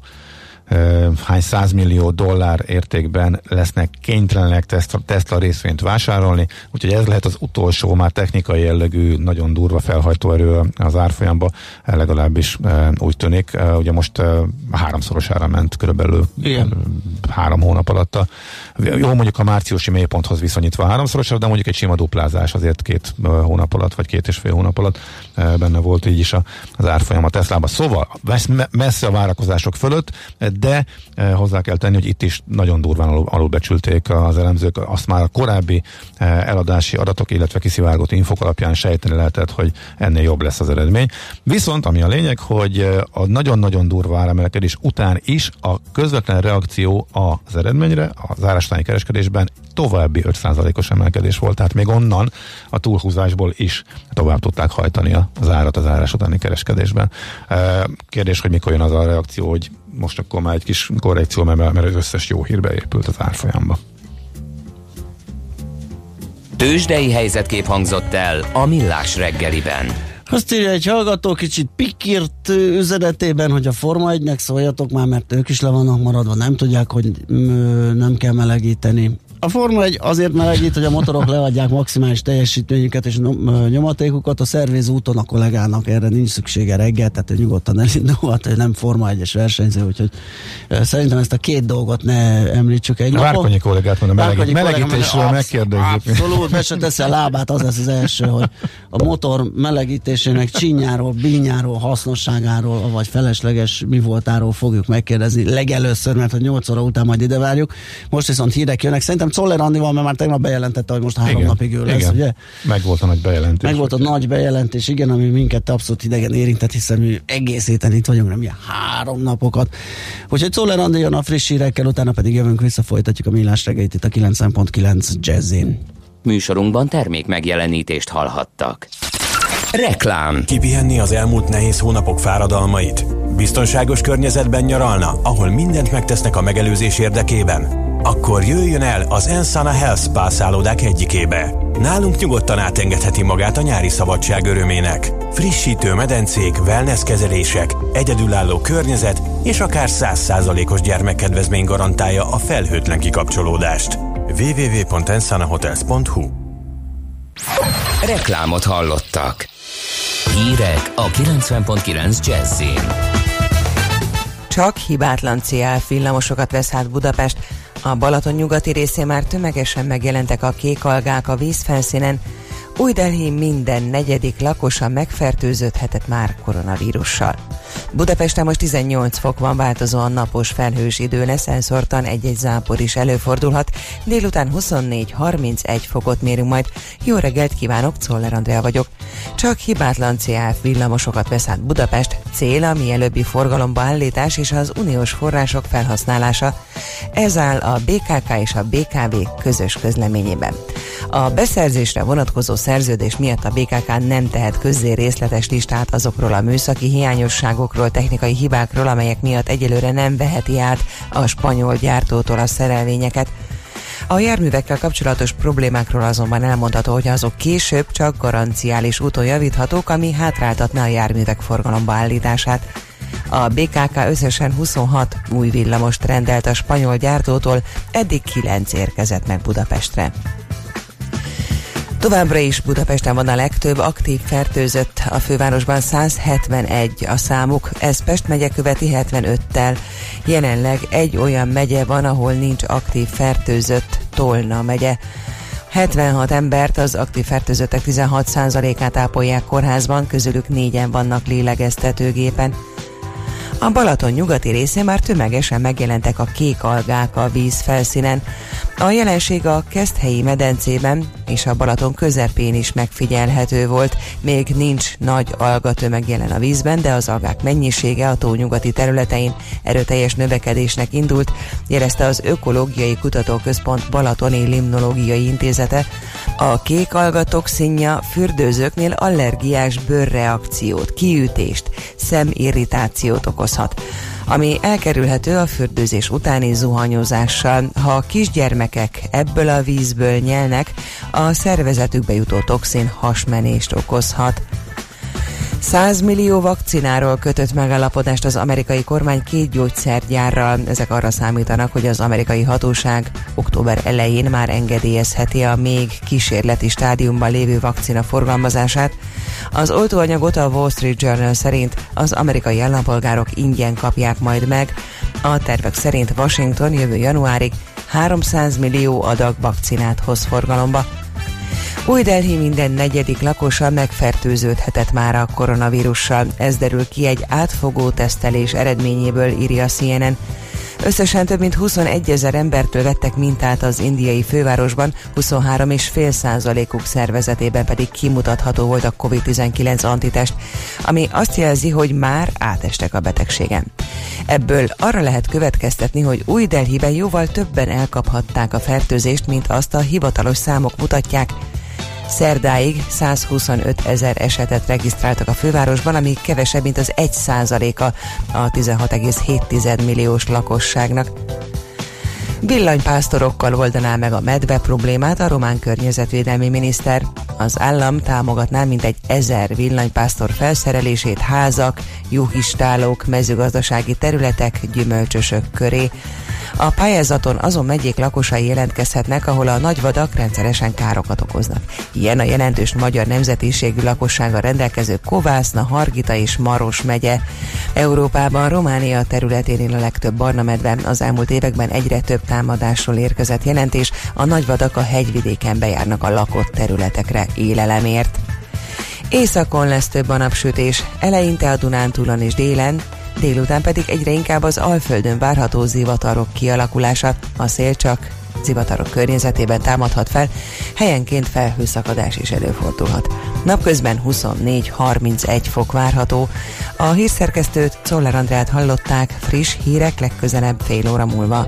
S5: hány százmillió dollár értékben lesznek kénytelenek Tesla, Tesla részvényt vásárolni, úgyhogy ez lehet az utolsó, már technikai jellegű, nagyon durva felhajtóerő az árfolyamba, legalábbis úgy tűnik. Ugye most háromszorosára ment körülbelül Igen. három hónap alatt. Jó, mondjuk a márciusi mélyponthoz viszonyítva háromszorosára, de mondjuk egy sima duplázás azért két hónap alatt, vagy két és fél hónap alatt benne volt így is az árfolyam a Teslába. Szóval messze a várakozások fölött, de eh, hozzá kell tenni, hogy itt is nagyon durván alul, alulbecsülték az elemzők, azt már a korábbi eh, eladási adatok, illetve kiszivárgott infok alapján sejteni lehetett, hogy ennél jobb lesz az eredmény. Viszont, ami a lényeg, hogy eh, a nagyon-nagyon durva áremelkedés után is a közvetlen reakció az eredményre, az árastáni kereskedésben további öt százalékos emelkedés volt, tehát még onnan a túlhúzásból is tovább tudták hajtani az árat az árás utáni kereskedésben. Eh, kérdés, hogy mikor jön az a reakció, hogy most akkor már egy kis korrekció, mert az összes jó hír beépült az árfolyamba.
S1: Tőzsdei helyzetkép hangzott el a Millás reggeliben.
S4: Azt írja egy hallgató kicsit pikírt üzenetében, hogy a Forma egynek szóljatok már, mert ők is le vannak maradva, nem tudják, hogy nem kell melegíteni. A Forma egy azért melegít, hogy a motorok leadják maximális teljesítményüket és nyomatékukat, a szerviz úton a kollégának erre nincs szüksége reggel, tehát ő nyugodtan elindulhat, hogy nem Forma egyes versenyző, úgyhogy szerintem ezt a két dolgot ne említsük egy napon.
S5: Várkonyi kollégát mondom, melegít, melegítésről megkérdezzük.
S4: Abszolút, be se teszi a lábát, az lesz az első, hogy a motor melegítésének csinyáról, bínyáról, hasznosságáról, vagy felesleges mi voltáról fogjuk megkérdezni legelőször, mert hogy nyolc óra után majd ide várjuk. Most viszont hírek jönnek. Szerintem Czoller Andival, mert már tegnap bejelentette, hogy most három igen, napig ő lesz,
S5: igen.
S4: ugye?
S5: Meg volt a nagy bejelentés.
S4: Meg volt a nagy bejelentés, igen, ami minket abszolút idegen érintett, hiszen mi egész héten itt vagyunk, nem ilyen három napokat. Úgyhogy Czoller Andi jön a friss hírekkel, utána pedig jövünk vissza, folytatjuk a Millás reggelit itt a kilencven pont kilenc Jazzin.
S1: Műsorunkban termék megjelenítést hallhattak. Reklám.
S6: Kipihenni az elmúlt nehéz hónapok fáradalmait? Biztonságos környezetben nyaralna, ahol mindent megtesznek a megelőzés érdekében? Akkor jöjjön el az Ensana Health Spa szállodák egyikébe. Nálunk nyugodtan átengedheti magát a nyári szabadság örömének. Frissítő medencék, wellness kezelések, egyedülálló környezet és akár száz százalékos gyermekkedvezmény garantálja a felhőtlen kikapcsolódást. double-u double-u double-u pont ensana hotels pont hu.
S1: Reklámot hallottak. Hírek a kilencven pont kilenc Jazzin.
S7: Csak hibátlan cé á villamosokat vesz át Budapest. A Balaton nyugati részén már tömegesen megjelentek a kék algák a vízfelszínen. Új-Delhi minden negyedik lakosa megfertőződhetett már koronavírussal. Budapesten most tizennyolc fok van, változóan napos felhős idő lesz, elszórtan egy-egy zápor is előfordulhat. Délután huszonnégy harmincegy fokot mérünk majd. Jó reggelt kívánok, Czoller Andrea vagyok. Csak hibátlan cé á ef villamosokat vesz át Budapest, cél a mielőbbi forgalomba állítás és az uniós források felhasználása. Ez áll a bé ká ká és a bé ká vé közös közleményében. A beszerzésre vonatkozó szerződés miatt a bé ká ká nem tehet közzé részletes listát azokról a műszaki hiányosságokról, technikai hibákról, amelyek miatt egyelőre nem veheti át a spanyol gyártótól a szerelvényeket. A járművekkel kapcsolatos problémákról azonban elmondható, hogy azok később csak garanciális úton javíthatók, ami hátráltatná a járművek forgalomba állítását. A bé ká ká összesen huszonhat új villamost rendelt a spanyol gyártótól, eddig kilenc érkezett meg Budapestre. Továbbra is Budapesten van a legtöbb aktív fertőzött, a fővárosban száz hetvenegy a számuk, ez Pest megye követi hetvenöttel. Jelenleg egy olyan megye van, ahol nincs aktív fertőzött, Tolna megye. hetvenhat embert, az aktív fertőzöttek tizenhat százalékát ápolják kórházban, közülük négyen vannak lélegeztetőgépen. A Balaton nyugati részén már tömegesen megjelentek a kék algák a víz felszínen. A jelenség a Keszthelyi medencében és a Balaton közepén is megfigyelhető volt. Még nincs nagy algatömeg jelen a vízben, de az algák mennyisége a tó nyugati területein erőteljes növekedésnek indult, jelezte az Ökológiai Kutatóközpont Balatoni Limnológiai Intézete. A kék alga toxinja fürdőzőknél allergiás bőrreakciót, kiütést, szemirritációt okozhat, ami elkerülhető a fürdőzés utáni zuhanyozással. Ha a kisgyermekek ebből a vízből nyelnek, a szervezetükbe jutó toxin hasmenést okozhat. száz millió vakcináról kötött megállapodást az amerikai kormány két gyógyszergyárral. Ezek arra számítanak, hogy az amerikai hatóság október elején már engedélyezheti a még kísérleti stádiumban lévő vakcina forgalmazását. Az oltóanyagot a Wall Street Journal szerint az amerikai állampolgárok ingyen kapják majd meg. A tervek szerint Washington jövő januárig háromszáz millió adag vakcinát hoz forgalomba. Új-Delhi minden negyedik lakosa megfertőződhetett már a koronavírussal. Ez derül ki egy átfogó tesztelés eredményéből, írja a cé en en. Összesen több mint huszonegyezer embertől vettek mintát az indiai fővárosban, huszonhárom egész öt százalékuk szervezetében pedig kimutatható volt a kovid tizenkilenc antitest, ami azt jelzi, hogy már átestek a betegségen. Ebből arra lehet következtetni, hogy Új-Delhiben jóval többen elkaphatták a fertőzést, mint azt a hivatalos számok mutatják. Szerdáig százhuszonöt ezer esetet regisztráltak a fővárosban, ami kevesebb, mint az egy százaléka a tizenhat egész hét milliós lakosságnak. Villanypásztorokkal oldaná meg a medve problémát a román környezetvédelmi miniszter. Az állam támogatná mintegy ezer villanypásztor felszerelését házak, juhistálók, mezőgazdasági területek, gyümölcsösök köré. A pályázaton azon megyék lakosai jelentkezhetnek, ahol a nagyvadak rendszeresen károkat okoznak. Ilyen a jelentős magyar nemzetiségű lakossággal rendelkező Kovászna, Hargita és Maros megye. Európában Románia területénél a legtöbb barna medve, az elmúlt években egyre több támadásról érkezett jelentés, a nagyvadak a hegyvidéken bejárnak a lakott területekre élelemért. Északon lesz több a napsütés, eleinte a Dunántúlon és délen, délután pedig egyre inkább az Alföldön várható zivatarok kialakulása, a szél csak zivatarok környezetében támadhat fel, helyenként felhőszakadás is előfordulhat. Napközben huszonnégy harmincegy fok várható. A hírszerkesztőt, Czoller Andrát hallották, friss hírek legközelebb fél óra múlva.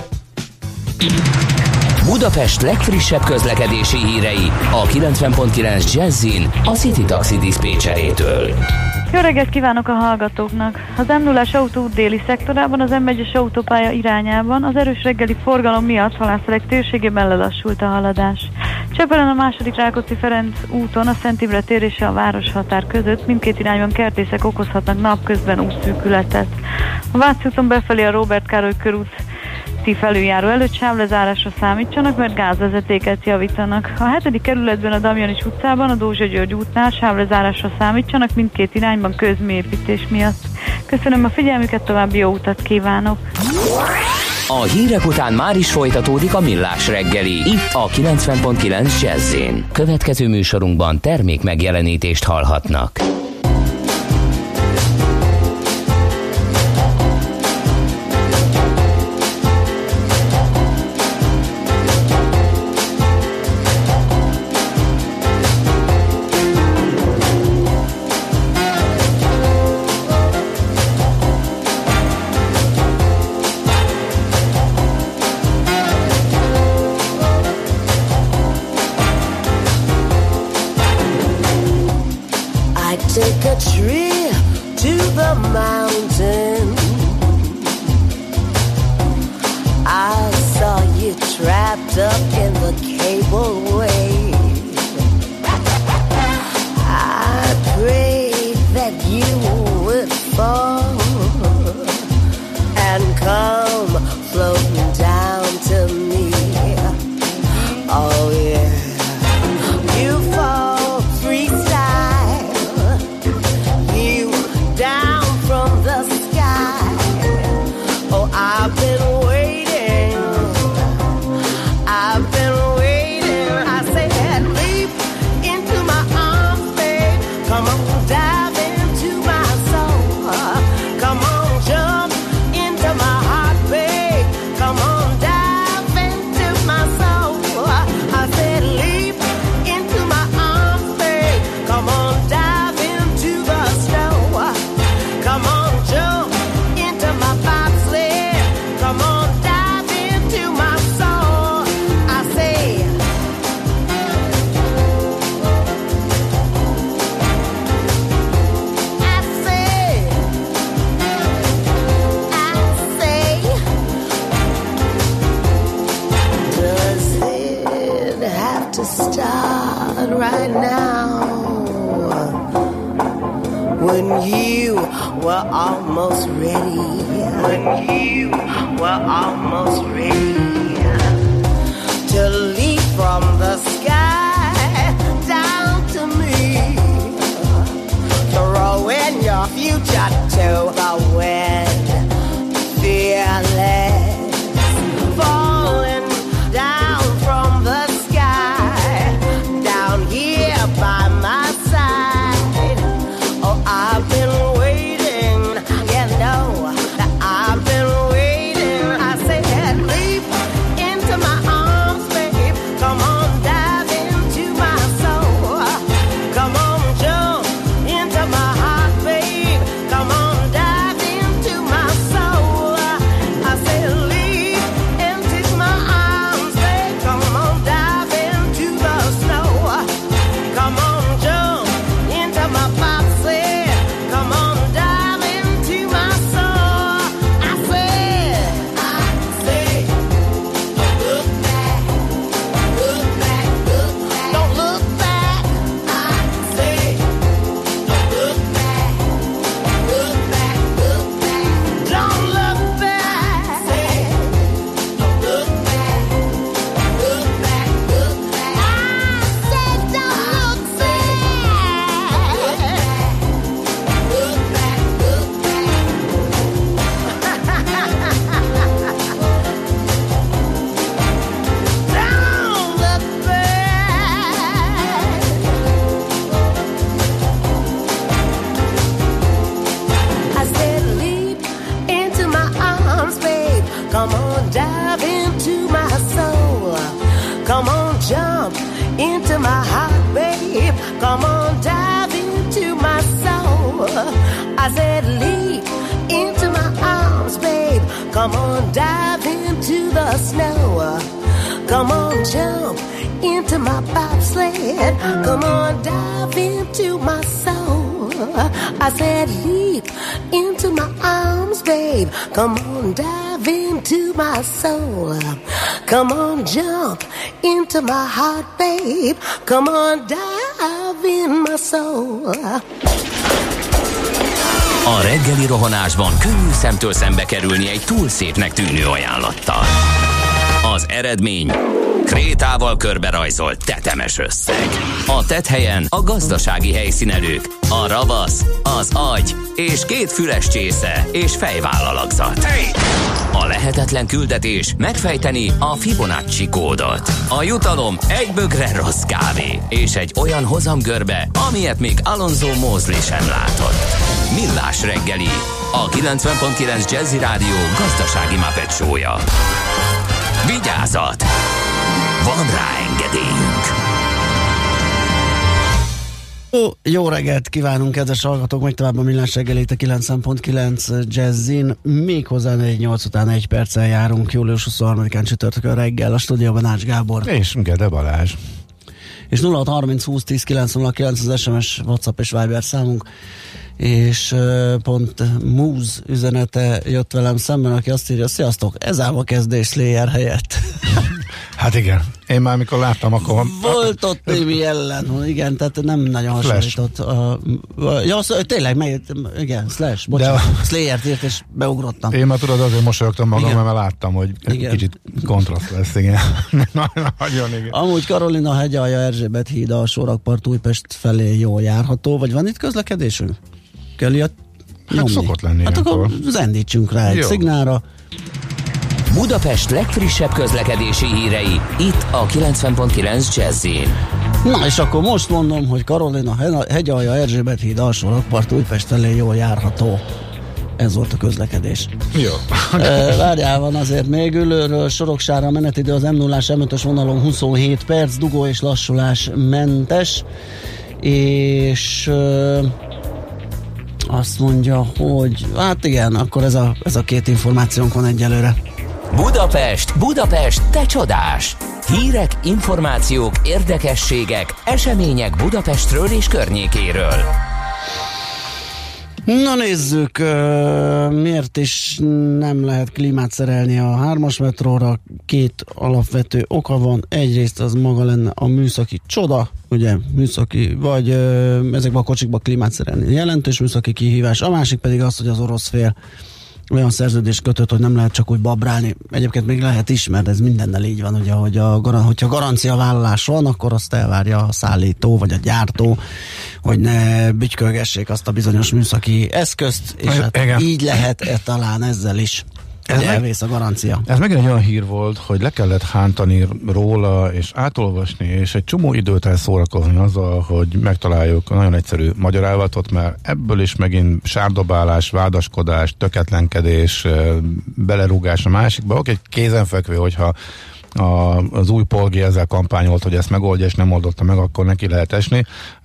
S1: Budapest legfrissebb közlekedési hírei a kilencven pont kilenc Jazzin a City Taxi diszpécserétől.
S8: Jó reggelt kívánok a hallgatóknak! Az em nullás autóút déli szektorában, az em egyes autópálya irányában az erős reggeli forgalom miatt Halászfelek térségében lelassult a haladás. Csepelen a második Rákóczi-Ferenc úton a Szent Imre tér és a városhatár között mindkét irányban kertészek okozhatnak napközben útszűkületet. A Váci úton befelé a Róbert Károly körút felüljáró előtt sávlezárásra számítsanak, mert gázvezetéket javítanak. A hetedik kerületben a Damjanics utcában, a Dózsa György útnál sávlezárásra számítsanak mindkét irányban közműépítés miatt. Köszönöm a figyelmüket, további jó utat kívánok!
S1: A hírek után már is folytatódik a Millás reggeli, itt a kilencven pont kilenc Jazz-én. Következő műsorunkban termék megjelenítést hallhatnak.
S9: trip to the mountain. I saw you trapped up in the cableway. I prayed that you would fall and come floating down to me. Oh yeah, you fall freestyle, you down from the sky. Oh, I've been waiting, I've been waiting. I said, leap into my arms, babe. Come on, dive into my soul. Come on, jump into my heart, babe. Come on, dive into my soul. I said, leap into my arms, babe. Come on, dive into the snow. Come on, jump into my bobsled. Come on, dive into my soul. I say, I say, I say, does it have to start right now? When you were almost ready, when you were almost ready to leap from the sky down to me, throwing your future to the wind, fearless, falling down from the sky, down here by my side. Oh, I've been waiting, you know, that I've been waiting. I said, leap into my arms, babe. Come on, dive into my soul. Come on, jump into my heart, babe. Come on, dive into my soul. I said, leap into my arms, babe. Come on, dive into the snow. Come on, jump into my bobsled. Come on, dive into my soul. I said, I said, don't look back, look back, look back. Don't look back. I said, don't look back, look back, look back. Don't look back. I said, don't look back, look back, look back. I said, don't look back. Look back, Don't look back. I said, leap into my arms, babe. Come on, dive into my soul. Come on, jump into my heart, babe. Come on, dive into my soul. I said, leap into my arms, babe. Come on, dive into the snow. Come on, jump into my bobsled. Come on, dive into my soul. I said, leap into my arms, babe. Come on, dive into my soul. Come on, jump into my heart, babe. Come on, dive in my soul.
S1: A reggeli rohanásban könnyű szemtől szembe kerülni egy túl szépnek tűnő ajánlattal. Az eredmény krétával körberajzolt tetemes összeg. A tetthelyen a gazdasági helyszínelők, a ravasz, az agy és két füles csésze és fejvállalakzat. A lehetetlen küldetés megfejteni a Fibonacci kódot. A jutalom egy bögre rossz kávé és egy olyan hozamgörbe, amilyet még Alonso Mosley sem látott. Millás reggeli, a kilencven pont kilenc Jazzy Rádió gazdasági Muppet show-ja. Vigyázat! Van rá engedélyünk!
S4: Ó, jó reggelt kívánunk, kedves hallgatók, meg tovább a Millás reggelét a kilencven pont kilenc Jazzin, méghozzá négy nyolc után egy perccel járunk, július huszonharmadikán csütörtökön reggel, a stúdióban Ács Gábor.
S5: És Gede Balázs.
S4: és nulla hat harminc húsz tíz kilenc nulla kilenc az es em es, WhatsApp és Viber számunk, és uh, pont Moose üzenete jött velem szemben, aki azt írja, sziasztok, ez áll a kezdés Slayer helyett.
S5: Hát igen, én már mikor láttam, akkor...
S4: Volt ott némi ellen, igen, tehát nem nagyon hasonlított. A, a, ja, szó, tényleg, meg, igen, Slash, bocsánat, a... Slayer-t írt, és beugrottam.
S5: Én már tudod, azért mosolyogtam magam, igen. Mert láttam, hogy igen. Kicsit kontraszt lesz, igen. Nagyon, igen.
S4: Amúgy Karolina hegyalja Erzsébet híd a Sorakpart Újpest felé jól járható, vagy van itt közlekedésünk? Kell ilyet nyomni?
S5: Hát szokott lenni.
S4: Hát ilyenkor. Akkor zendítsünk rá egy jó szignálra.
S1: Budapest legfrissebb közlekedési hírei, itt a kilencven pont kilenc Jazz-in.
S4: Na és akkor most mondom, hogy Karolina hegyalja Erzsébet híd alsó rakpart Újpest felé jól járható. Ez volt a közlekedés.
S5: Jó.
S4: e, várjál, van azért még Ülőről Soroksára menetidő az em nullás em ötös vonalon huszonhét perc, dugó és lassulás mentes, és e, azt mondja, hogy hát igen, akkor ez a, ez a két információnk van egyelőre.
S1: Budapest, Budapest, te csodás! Hírek, információk, érdekességek, események Budapestről és környékéről.
S4: Na nézzük, miért is nem lehet klímát szerelni a hármas metróra. Két alapvető oka van. Egyrészt az maga lenne a műszaki csoda, ugye műszaki, vagy ezekben a kocsikban klímát szerelni jelentős műszaki kihívás. A másik pedig az, hogy az orosz fél olyan szerződést kötött, hogy nem lehet csak úgy babrálni. Egyébként még lehet is, mert ez mindennel így van, ugye, hogy a, hogyha garancia vállalás van, akkor azt elvárja a szállító vagy a gyártó, hogy ne bütykölgessék azt a bizonyos műszaki eszközt, és hát így lehet-e talán ezzel is. Ez elvész a garancia.
S5: Ez megint egy olyan hír volt, hogy le kellett hántani róla, és átolvasni, és egy csomó időt elszórakozni azzal, hogy megtaláljuk a nagyon egyszerű magyarázatot, mert ebből is megint sárdobálás, vádaskodás, töketlenkedés, belerúgás a másikba. Oké, egy kézenfekvő, hogyha A, az új polgi ezzel kampányolt, hogy ezt megoldja, és nem oldotta meg, akkor neki lehet esni,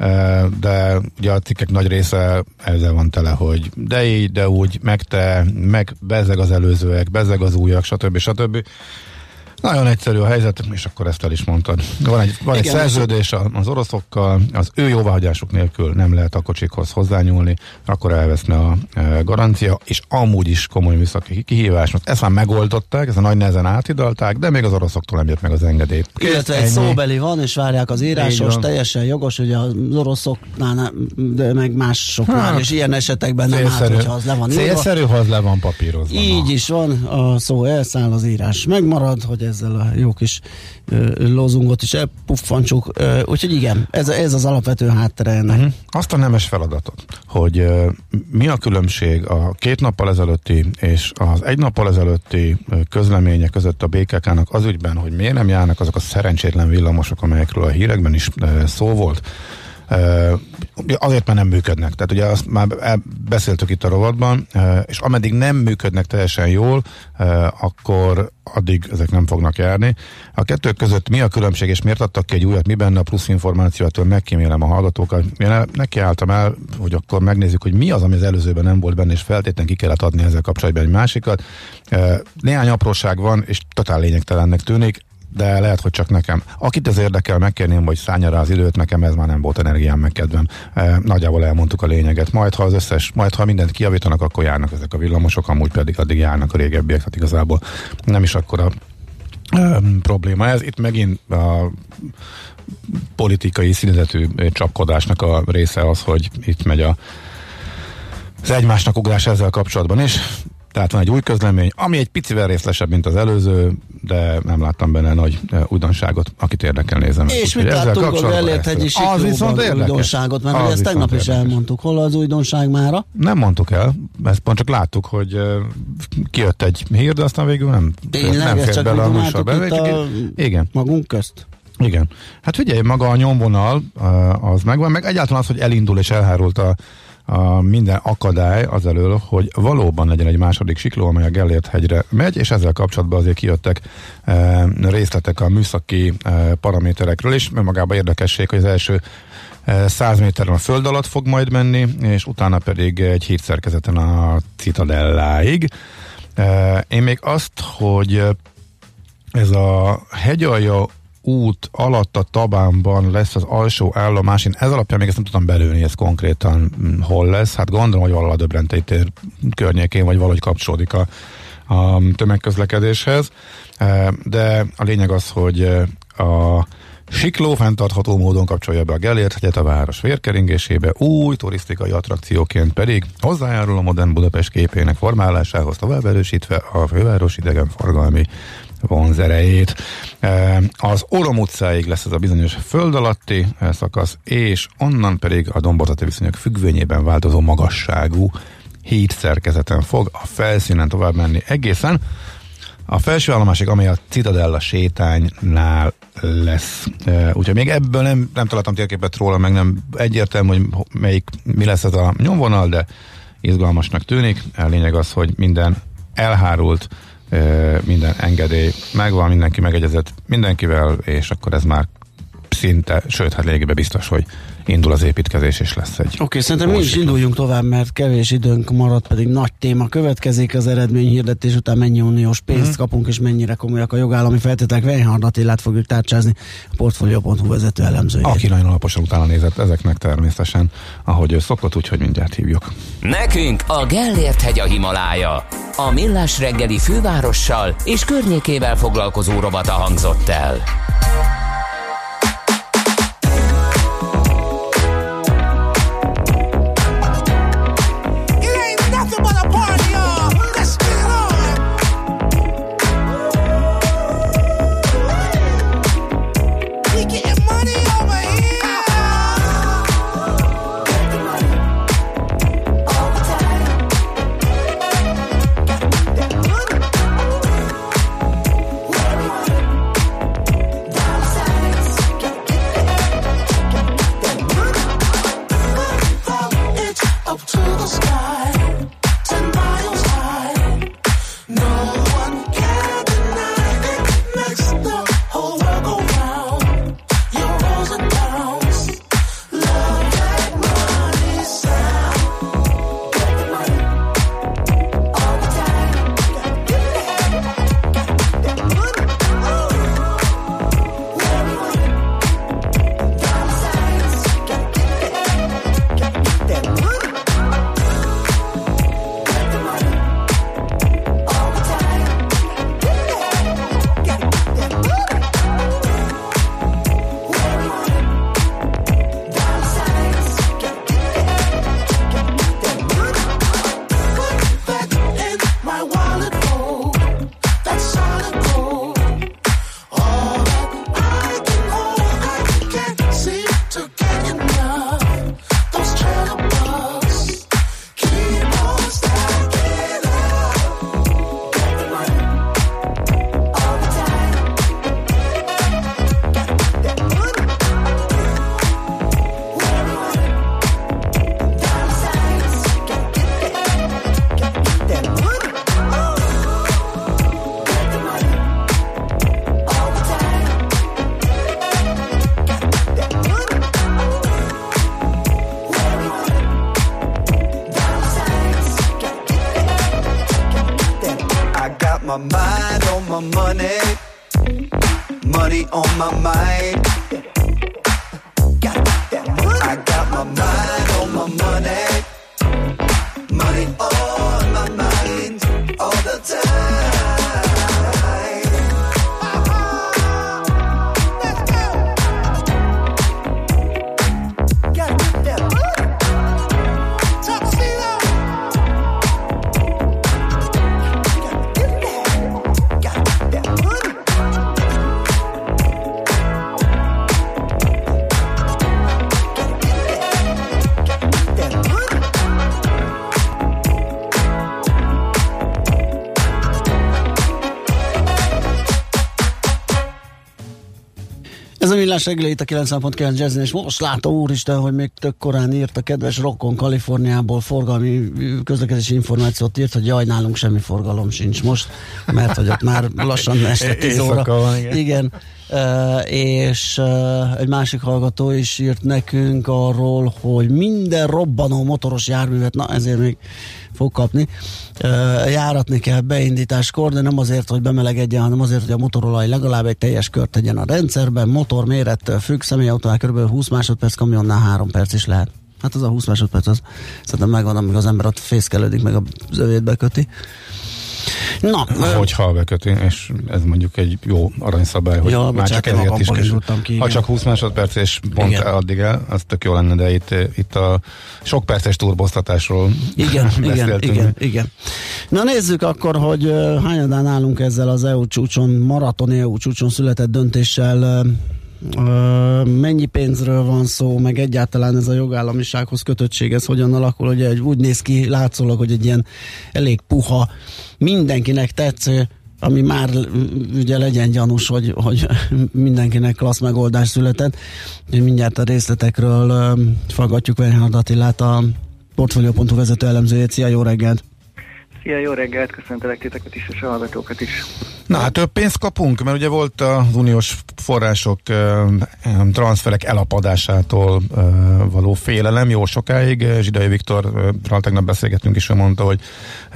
S5: de ugye a cikkek nagy része ezzel van tele, hogy de így, de úgy, meg te, meg bezzeg az előzőek, bezzeg az újak, stb. stb. Nagyon egyszerű a helyzet, és akkor ezt el is mondtad. Van egy, van egy szerződés az oroszokkal, az ő jóváhagyásuk nélkül nem lehet a kocsikhoz hozzányúlni, akkor elveszne a garancia, és amúgy is komoly műszaki kihívás. Most ezt már megoldották, ezt a nagy nehezen áthidalták, de még az oroszoktól nem jött meg az engedély.
S4: Illetve egy szóbeli van, és várják az írásos, teljesen jogos, ugye az oroszoknál, de meg másoknál, hát, és ilyen esetekben nem állt, hogyha az le van írva.
S5: Célszerű, ha az le van papírozva.
S4: Így is van, a szó elszáll, az írás megmarad, hogy ezzel a jó kis uh, lózungot is elpuffancsuk. Uh, úgyhogy igen, ez, ez az alapvető háttere ennek. Uh-huh.
S5: Azt a nemes feladatot, hogy uh, mi a különbség a két nappal ezelőtti és az egy nappal ezelőtti uh, közlemények között a bé ká ká-nak az ügyben, hogy miért nem járnak azok a szerencsétlen villamosok, amelyekről a hírekben is uh, szó volt. Uh, azért már nem működnek. Tehát ugye azt már beszéltük itt a rovatban, uh, és ameddig nem működnek teljesen jól, uh, akkor addig ezek nem fognak járni. A kettő között mi a különbség, és miért adtak ki egy újat, mi benne a plusz információtól, megkímélem a hallgatókat. Én nekiálltam el, hogy akkor megnézzük, hogy mi az, ami az előzőben nem volt benne, és feltétlenül ki kellett adni ezzel kapcsolatban egy másikat. Uh, néhány apróság van, és totál lényegtelennek tűnik, de lehet, hogy csak nekem. Akit ez érdekel, megkérném, hogy szállja rá az időt, nekem ez már nem volt energiám, meg kedvem. E, nagyjából elmondtuk a lényeget. Majd, ha az összes, majd, ha mindent kijavítanak, akkor járnak ezek a villamosok, amúgy pedig addig járnak a régebbiek, tehát igazából nem is akkora e, probléma ez. Itt megint a politikai színezetű csapkodásnak a része az, hogy itt megy a, az egymásnak ugrás ezzel kapcsolatban is. Tehát van egy új közlemény, ami egy picivel részletesebb, mint az előző, de nem láttam benne nagy uh, újdonságot, akit érdekel, nézem.
S4: És mit láttunk, hogy elért egy is újdonságot, mert ezt tegnap is elmondtuk. Hol az újdonság mára?
S5: Nem mondtuk el, ezt pont csak láttuk, hogy uh, kijött egy hír, de aztán végül nem, nem fért bele a műsorba. Igen.
S4: Magunk közt?
S5: Igen. Hát figyelj, maga a nyomvonal uh, az megvan, meg egyáltalán az, hogy elindul és elhárult a A minden akadály az elől, hogy valóban legyen egy második sikló, amely a Gellért hegyre megy, és ezzel kapcsolatban azért kijöttek e, részletek a műszaki e, paraméterekről is, mert magában érdekesség, hogy az első e, száz méteren a föld alatt fog majd menni, és utána pedig egy hídszerkezeten a Citadelláig. E, én még azt, hogy ez a hegyalja út alatt a Tabánban lesz az alsó állomás. Én ez alapján még ezt nem tudtam belőni, ez konkrétan hol lesz. Hát gondolom, hogy valahol a Döbrentei tér környékén, vagy valahogy kapcsolódik a, a tömegközlekedéshez. De a lényeg az, hogy a Sikló fenntartható módon kapcsolja be a Gellért-hegyet a város vérkeringésébe, új turisztikai attrakcióként pedig hozzájárul a modern Budapest képének formálásához, tovább erősítve a főváros idegenforgalmi vonzerejét. Az Orom utcáig lesz ez a bizonyos föld alatti szakasz, és onnan pedig a domborzati viszonyok függvényében változó magasságú híd szerkezeten fog a felszínen tovább menni egészen a felső állomásig, amely a Citadella sétánynál lesz. Úgyhogy még ebből nem, nem találtam térképet róla, meg nem egyértelmű, hogy melyik, mi lesz ez a nyomvonal, de izgalmasnak tűnik. A lényeg az, hogy minden elhárult, minden engedély megvan, mindenki megegyezett mindenkivel, és akkor ez már szinte, sőt, hát lényegében biztos, hogy indul az építkezés, és lesz egy...
S4: Oké, okay, szerintem mi is induljunk tovább, mert kevés időnk maradt, pedig nagy téma következik, az eredményhirdetés után mennyi uniós pénzt hmm. kapunk, és mennyire komolyak a jogállami feltételek. Weinhard Attilát fogjuk tárcsázni, a Portfolio pont hu vezető elemzőjét.
S5: Aki nagyon alaposan utána nézett ezeknek természetesen, ahogy ő szokott, úgyhogy mindjárt hívjuk.
S1: Nekünk a Gellért-hegy a Himalája. A Millás reggeli fővárossal és környékével foglalkozó rovata hangzott el.
S10: my mind on my money, money on my mind. I got my mind on my money, money on my mind all the time.
S4: Ez a Millás reggeli itt a kilencven pont kilenc Jazzin, és most látta úristen, hogy még tök korán írt a kedves Rokkon Kaliforniából, forgalmi közlekedési információt írt, hogy jaj, nálunk semmi forgalom sincs most, mert hogy ott már lassan este tíz óra.
S5: Van, igen.
S4: igen. és egy másik hallgató is írt nekünk arról, hogy minden robbanó motoros járművet, na ezért még fog kapni, járatni kell beindításkor, de nem azért, hogy bemelegedjen, hanem azért, hogy a motorolaj legalább egy teljes kört tegyen a rendszerben, motor mérettől függ, személyautónál kb. húsz másodperc, kamionnál három perc is lehet. Hát az a húsz másodperc, az szerintem megvan, amíg az ember ott fészkelődik, meg a zövét beköti. Na,
S5: hogyha beköti, és ez mondjuk egy jó aranyszabály, hogy
S4: ja,
S5: már csak ezért is kis,
S4: ki,
S5: ha csak húsz másodperc és pont igen. addig el, az tök jó lenne, de itt, itt a sok perces turboztatásról
S4: igen,
S5: beszéltünk.
S4: Igen, igen, igen. Na nézzük akkor, hogy uh, hányadán állunk ezzel az é u csúcson, maratoni é u csúcson született döntéssel, uh, Uh, mennyi pénzről van szó, meg egyáltalán ez a jogállamisághoz kötöttség, ez hogyan alakul, ugye úgy néz ki látszólag, hogy egy ilyen elég puha, mindenkinek tetsző, ami már ugye legyen gyanús, hogy, hogy mindenkinek klassz megoldás született. Mindjárt a részletekről uh, faggatjuk Weinhard Attilát, a Portfolio pont hu vezető elemzőjét. Szia, jó reggelt!
S11: Szia, jó reggelt, köszöntelek titeket is, és a hallgatókat is.
S5: Na hát több pénzt kapunk, mert ugye volt az uniós források transferek elapadásától való félelem jó sokáig. Zsidai Viktorral tegnap beszélgettünk, és ő mondta, hogy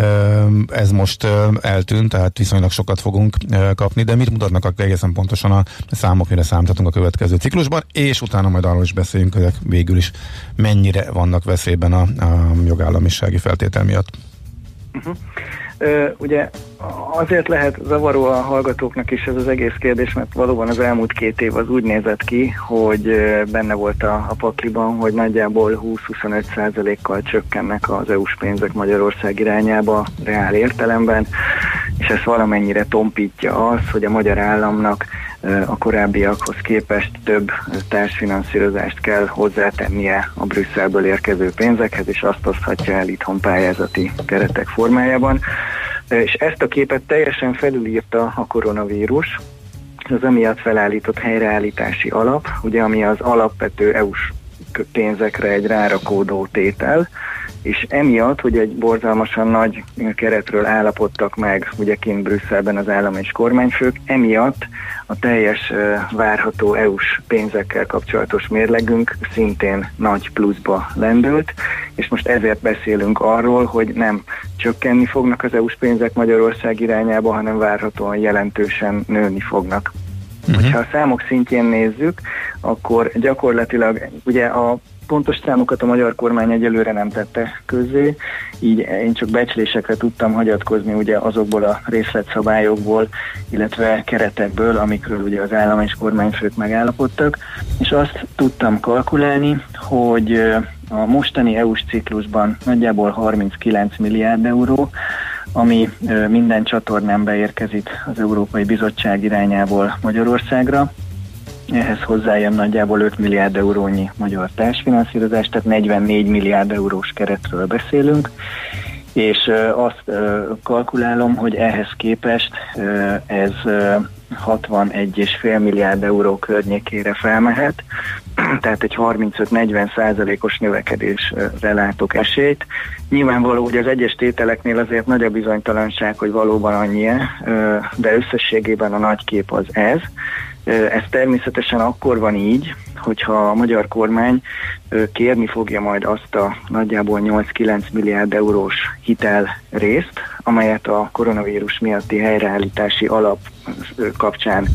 S5: ez most eltűnt, tehát viszonylag sokat fogunk kapni, de mit mutatnak egészen pontosan a számok, mire számítatunk a következő ciklusban, és utána majd arról is beszéljünk, hogy végül is mennyire vannak veszélyben a, a jogállamisági feltétel miatt.
S11: Uh-huh. Ö, ugye azért lehet zavaró a hallgatóknak is ez az egész kérdés, mert valóban az elmúlt két év az úgy nézett ki, hogy benne volt a, a pakliban, hogy nagyjából húsz-huszonöt százalékkal csökkennek az é u-s pénzek Magyarország irányába reál értelemben, és ez valamennyire tompítja az, hogy a magyar államnak a korábbiakhoz képest több társfinanszírozást kell hozzátennie a Brüsszelből érkező pénzekhez, és azt oszthatja el itthon pályázati keretek formájában. És ezt a képet teljesen felülírta a koronavírus, az emiatt felállított helyreállítási alap, ugye ami az alapvető é u-s pénzekre egy rárakódó tétel, és emiatt, hogy egy borzalmasan nagy keretről állapodtak meg ugye kint Brüsszelben az állam és kormányfők, emiatt a teljes uh, várható é u-s pénzekkel kapcsolatos mérlegünk szintén nagy pluszba lendült, és most ezért beszélünk arról, hogy nem csökkenni fognak az é u-s pénzek Magyarország irányába, hanem várhatóan jelentősen nőni fognak. Uh-huh. Hogyha a számok szintjén nézzük, akkor gyakorlatilag ugye a pontos számokat a magyar kormány egyelőre nem tette közzé, így én csak becslésekre tudtam hagyatkozni ugye azokból a részletszabályokból, illetve keretekből, amikről ugye az állam és kormányfők megállapodtak, és azt tudtam kalkulálni, hogy a mostani é u-s ciklusban nagyjából harminckilenc milliárd euró, ami minden csatornán beérkezik az Európai Bizottság irányából Magyarországra. Ehhez hozzájön nagyjából öt milliárd eurónyi magyar társfinanszírozás, tehát negyvennégy milliárd eurós keretről beszélünk, és azt kalkulálom, hogy ehhez képest ez hatvanegy egész öt milliárd euró környékére felmehet, tehát egy harmincöt-negyven százalékos növekedésre látok esélyt. Nyilvánvaló, hogy az egyes tételeknél azért nagy a bizonytalanság, hogy valóban annyi-e, de összességében a nagy kép az ez. Ez természetesen akkor van így, hogyha a magyar kormány kérni fogja majd azt a nagyjából nyolc-kilenc milliárd eurós hitel részt, amelyet a koronavírus miatti helyreállítási alap kapcsán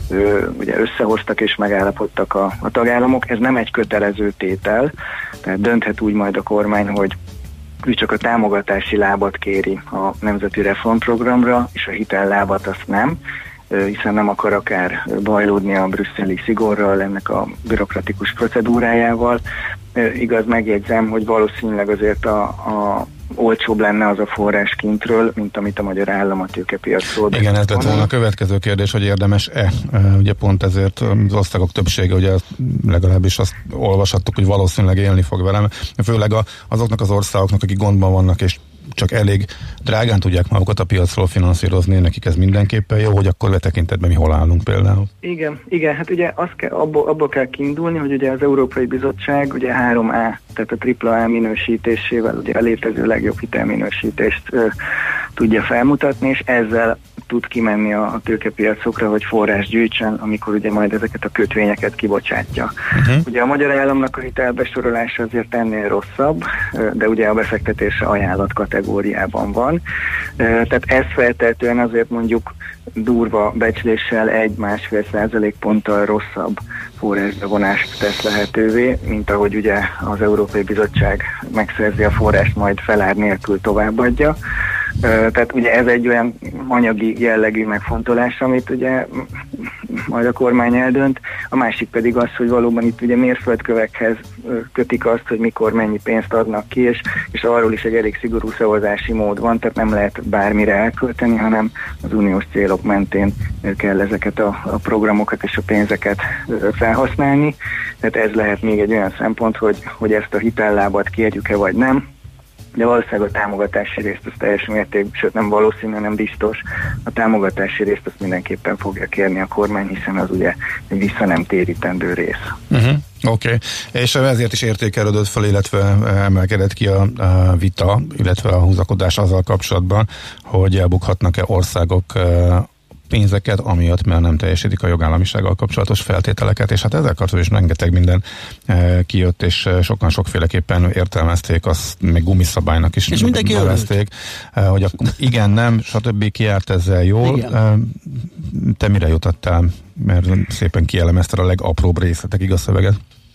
S11: ugye összehoztak és megállapodtak a, a tagállamok. Ez nem egy kötelező tétel, tehát dönthet úgy majd a kormány, hogy ő csak a támogatási lábat kéri a Nemzeti Reformprogramra, és a hitellábat azt nem, hiszen nem akar akár bajlódni a brüsszeli szigorral, ennek a bürokratikus procedúrájával. Igaz, megjegyzem, hogy valószínűleg azért a, a olcsóbb lenne az a forrás kintről, mint amit a magyar állam a tőkepiacról.
S5: Igen, ez lett volna a következő kérdés, hogy érdemes-e. Ugye pont ezért az országok többsége, ugye legalábbis azt olvashattuk, hogy valószínűleg élni fog velem. Főleg azoknak az országoknak, akik gondban vannak, és csak elég drágán tudják magukat a piacról finanszírozni, nekik ez mindenképpen jó, hogy akkor letekintetben mi hol állunk például.
S11: Igen, igen, hát ugye azt kell, abból, abból kell kiindulni, hogy ugye az Európai Bizottság ugye három á, tehát a tripla á minősítésével ugye a létező legjobb hitelminősítést ö, tudja felmutatni, és ezzel tud kimenni a, a tőkepiacokra, hogy forrás gyűjtsen, amikor ugye majd ezeket a kötvényeket kibocsátja. Uh-huh. Ugye a magyar államnak a hitelbesorolása azért ennél rosszabb, de ugye a befektetése ajánlat kategóriában van. Tehát ez feltehetően azért mondjuk durva becsléssel egy-másfél százalékponttal rosszabb forrásbevonást tesz lehetővé, mint ahogy ugye az Európai Bizottság megszerzi a forrást, majd felár nélkül továbbadja. Tehát ugye ez egy olyan anyagi jellegű megfontolás, amit ugye majd a kormány eldönt. A másik pedig az, hogy valóban itt ugye mérföldkövekhez kötik azt, hogy mikor mennyi pénzt adnak ki, és, és arról is egy elég szigorú szavazási mód van, tehát nem lehet bármire elkölteni, hanem az uniós célok mentén kell ezeket a, a programokat és a pénzeket felhasználni. Tehát ez lehet még egy olyan szempont, hogy, hogy ezt a hitellábat kérjük-e vagy nem. De valószínűleg a támogatási részt az teljes mértékben, sőt nem valószínű, nem biztos, a támogatási részt azt mindenképpen fogja kérni a kormány, hiszen az ugye egy vissza nem térítendő rész.
S5: Uh-huh. Oké, okay. És ezért is értékelődött fel, illetve emelkedett ki a, a vita, illetve a húzakodás azzal kapcsolatban, hogy elbukhatnak-e országok pénzeket, amiatt, mert nem teljesítik a jogállamisággal kapcsolatos feltételeket, és hát ezzel kapcsolatban is rengeteg minden e, kijött, és sokan sokféleképpen értelmezték, azt még gumiszabálynak is
S4: és
S5: nevezték, e, hogy akkor igen, nem, stb. Kijárt ezzel jól. E, te mire jutottál? Mert szépen kielemezted a legapróbb részletekig a szöveget.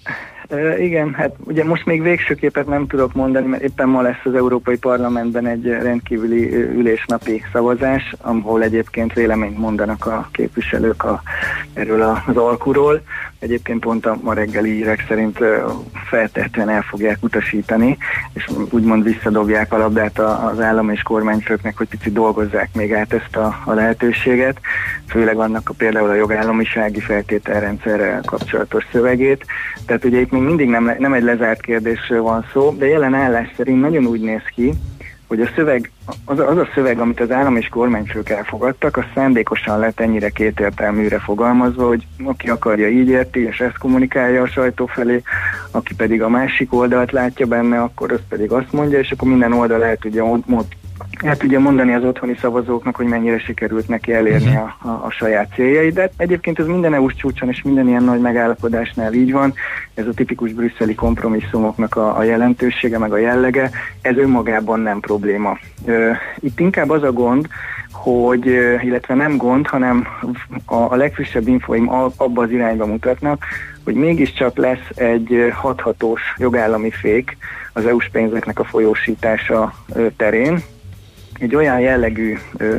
S11: Uh, igen, hát ugye most még végső képet nem tudok mondani, mert éppen ma lesz az Európai Parlamentben egy rendkívüli ülésnapi szavazás, ahol egyébként véleményt mondanak a képviselők a, erről az alkuról. Egyébként pont a ma reggeli hírek szerint uh, feltehetően el fogják utasítani, és úgymond visszadobják a labdát az állam és kormányfőknek, hogy picit dolgozzák még át ezt a, a lehetőséget, főleg annak a, például a jogállamisági feltételrendszerrel kapcsolatos szövegét. Tehát ugye itt még mindig nem, nem egy lezárt kérdésről van szó, de jelen állás szerint nagyon úgy néz ki, hogy a szöveg, az, az a szöveg, amit az állam és kormányfők elfogadtak, az szándékosan lett ennyire kétértelműre fogalmazva, hogy aki akarja így érti, és ezt kommunikálja a sajtó felé, aki pedig a másik oldalt látja benne, akkor az pedig azt mondja, és akkor minden oldal el tudja, el tudja mondani az otthoni szavazóknak, hogy mennyire sikerült neki elérni a, a, a saját céljait. De egyébként ez minden é u-s csúcson és minden ilyen nagy megállapodásnál így van. Ez a tipikus brüsszeli kompromisszumoknak a, a jelentősége, meg a jellege. Ez önmagában nem probléma. Itt inkább az a gond, hogy, illetve nem gond, hanem a, a legfrissebb infoim abba az irányba mutatnak, hogy mégiscsak lesz egy hathatós jogállami fék az é u-s pénzeknek a folyósítása terén. Egy olyan jellegű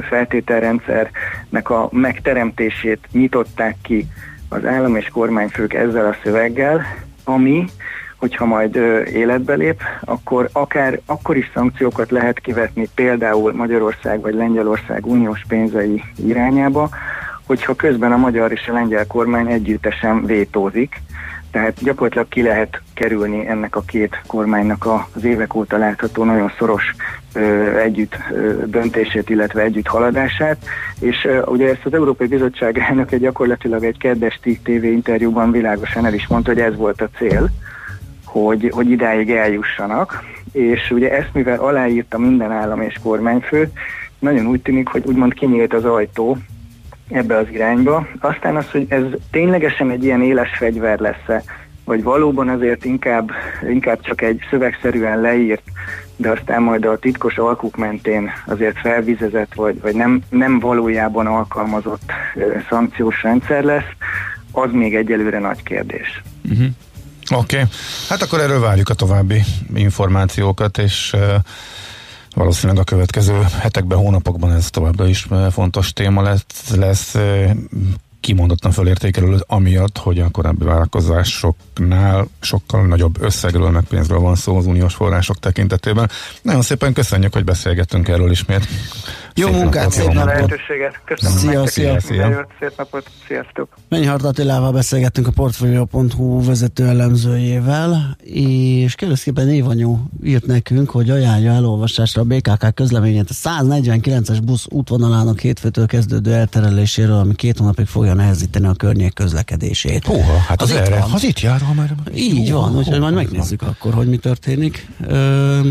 S11: feltételrendszernek a megteremtését nyitották ki az állam és kormányfők ezzel a szöveggel, ami, hogyha majd életbe lép, akkor akár akkor is szankciókat lehet kivetni például Magyarország vagy Lengyelország uniós pénzei irányába, hogyha közben a magyar és a lengyel kormány együttesen vétózik. Tehát gyakorlatilag ki lehet kerülni ennek a két kormánynak az évek óta látható nagyon szoros ö, együtt ö, döntését, illetve együtt haladását, és ö, ugye ezt az Európai Bizottság elnöke gyakorlatilag egy keddesti tévéinterjúban világosan el is mondta, hogy ez volt a cél, hogy, hogy idáig eljussanak, és ugye ezt mivel aláírta minden állam és kormányfő, nagyon úgy tűnik, hogy úgymond kinyílt az ajtó ebbe az irányba. Aztán az, hogy ez ténylegesen egy ilyen éles fegyver lesz-e, vagy valóban azért inkább, inkább csak egy szövegszerűen leírt, de aztán majd a titkos alkuk mentén azért felvizezett, vagy, vagy nem, nem valójában alkalmazott ö, szankciós rendszer lesz, az még egyelőre nagy kérdés.
S5: Uh-huh. Oké, okay. Hát akkor erről várjuk a további információkat, és uh, valószínűleg a következő hetekben, hónapokban ez továbbra is fontos téma lesz, lesz kimondottan fölértékelő amiatt, hogy a korábbi vállalkozásoknál sokkal nagyobb összegről, meg pénzről van szó az uniós források tekintetében. Nagyon szépen köszönjük, hogy beszélgettünk erről ismét.
S4: Jó
S11: szép
S4: munkát, szép napot!
S11: Lehetőséget. Köszönöm.
S4: Szia, szia,
S11: szia. Szép napot, sziasztok!
S4: Menyhard Attilával beszélgettünk a Portfolio pont hu vezető elemzőjével, és kérdezképpen Évanyú írt nekünk, hogy ajánlja elolvasásra a bé ká ká közleményét a száznegyvenkilences busz útvonalának hétfőtől kezdődő eltereléséről, ami két hónapig fogja nehezíteni a környék közlekedését.
S5: Húha, hát az, az erre,
S4: van.
S5: az itt jár, ha már...
S4: Így van, úgyhogy majd megnézzük akkor, hogy mi történik. Ö,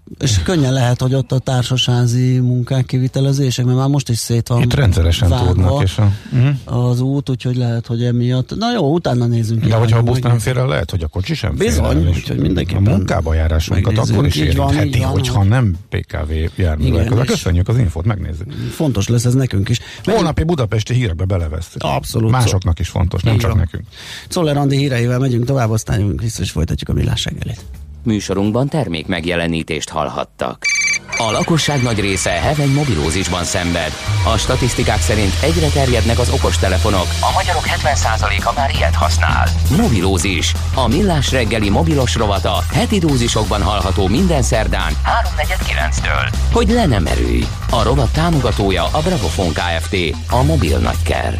S4: és könnyen lehet, hogy ott a társasházi munkák, kivitelezések, mert már most is szét van
S5: itt rendszeresen tudnak, és a, uh-huh.
S4: az út, úgyhogy lehet, hogy emiatt. Na jó, utána nézzünk.
S5: De hogyha a busz nem fér el, lehet, hogy a kocsi sem fér el.
S4: Bizony, úgyhogy mindenképpen
S5: a munkába járásunkat akkor is érintheti, hogyha nem pé ká vé járművek. Köszönjük az infót, megnézzük.
S4: Fontos lesz ez nekünk is.
S5: Holnapi budapesti hírekbe belevesz.
S4: Abszolút.
S5: Másoknak is fontos, nem csak nekünk.
S4: Czoller Andi híreivel megyünk tovább, aztán jövünk vissza, és folytatjuk a Millás reggelit.
S1: Műsorunkban termék megjelenítést hallhattak. A lakosság nagy része heveny mobilózisban szenved. A statisztikák szerint egyre terjednek az okostelefonok. A magyarok hetven százaléka már ilyet használ. Mobilózis. A Millás reggeli mobilos rovata heti dózisokban hallható minden szerdán háromnegyed kilenctől. Hogy le nem erőj. A rovat támogatója a Bravofon Kft. A mobil nagyker.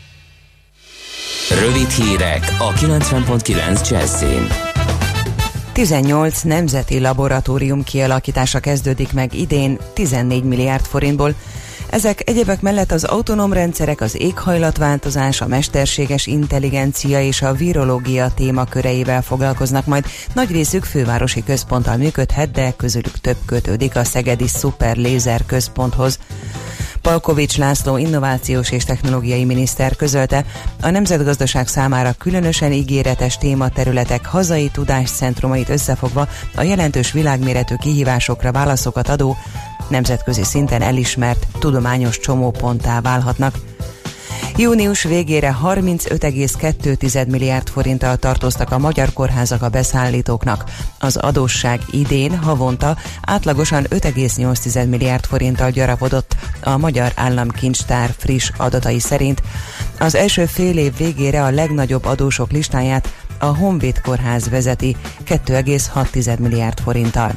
S1: Rövid hírek a kilencven pont kilenc Jazzin.
S7: tizennyolc nemzeti laboratórium kialakítása kezdődik meg idén tizennégy milliárd forintból. Ezek egyebek mellett az autonóm rendszerek, az éghajlatváltozás, a mesterséges intelligencia és a virológia témaköreivel foglalkoznak majd. Nagy részük fővárosi központtal működhet, de közülük több kötődik a szegedi Szuper Lézer központhoz. Palkovics László innovációs és technológiai miniszter közölte, a nemzetgazdaság számára különösen ígéretes tématerületek hazai tudáscentrumait összefogva a jelentős világméretű kihívásokra válaszokat adó, nemzetközi szinten elismert tudományos csomóponttá válhatnak. Június végére harmincöt egész kettő milliárd forinttal tartoztak a magyar kórházak a beszállítóknak. Az adósság idén havonta átlagosan öt egész nyolc milliárd forinttal gyarapodott a Magyar Államkincstár friss adatai szerint. Az első fél év végére a legnagyobb adósok listáját a Honvéd Kórház vezeti kettő egész hat milliárd forinttal.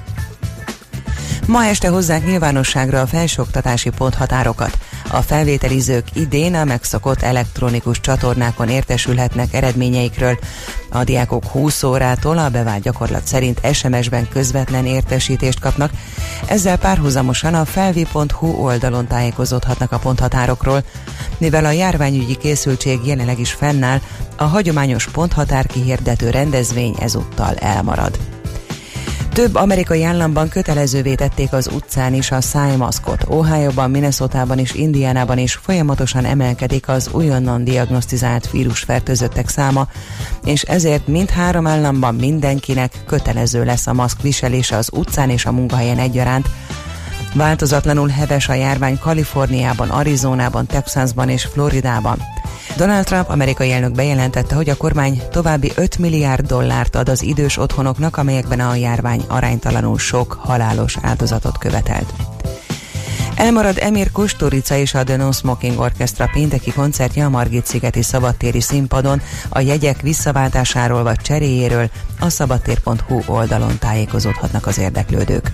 S7: Ma este hozzák nyilvánosságra a felsőoktatási ponthatárokat. A felvételizők idén a megszokott elektronikus csatornákon értesülhetnek eredményeikről. A diákok húsz órától a bevált gyakorlat szerint es em es-ben közvetlen értesítést kapnak, ezzel párhuzamosan a felvi pont hu oldalon tájékozódhatnak a ponthatárokról. Mivel a járványügyi készültség jelenleg is fennáll, a hagyományos ponthatár kihirdető rendezvény ezúttal elmarad. Több amerikai államban kötelezővé tették az utcán is a szájmaszkot. Ohioban, Minnesotában és Indiánában is folyamatosan emelkedik az újonnan diagnosztizált vírusfertőzöttek száma, és ezért mindhárom államban mindenkinek kötelező lesz a maszk viselése az utcán és a munkahelyen egyaránt. Változatlanul heves a járvány Kaliforniában, Arizonában, Texasban és Floridában. Donald Trump amerikai elnök bejelentette, hogy a kormány további öt milliárd dollárt ad az idős otthonoknak, amelyekben a járvány aránytalanul sok halálos áldozatot követelt. Elmarad Emir Kusturica és a The No Smoking Orchestra pénteki koncertje a Margit-szigeti szabadtéri színpadon. A jegyek visszaváltásáról vagy cseréjéről a szabadtér pont hu oldalon tájékozódhatnak az érdeklődők.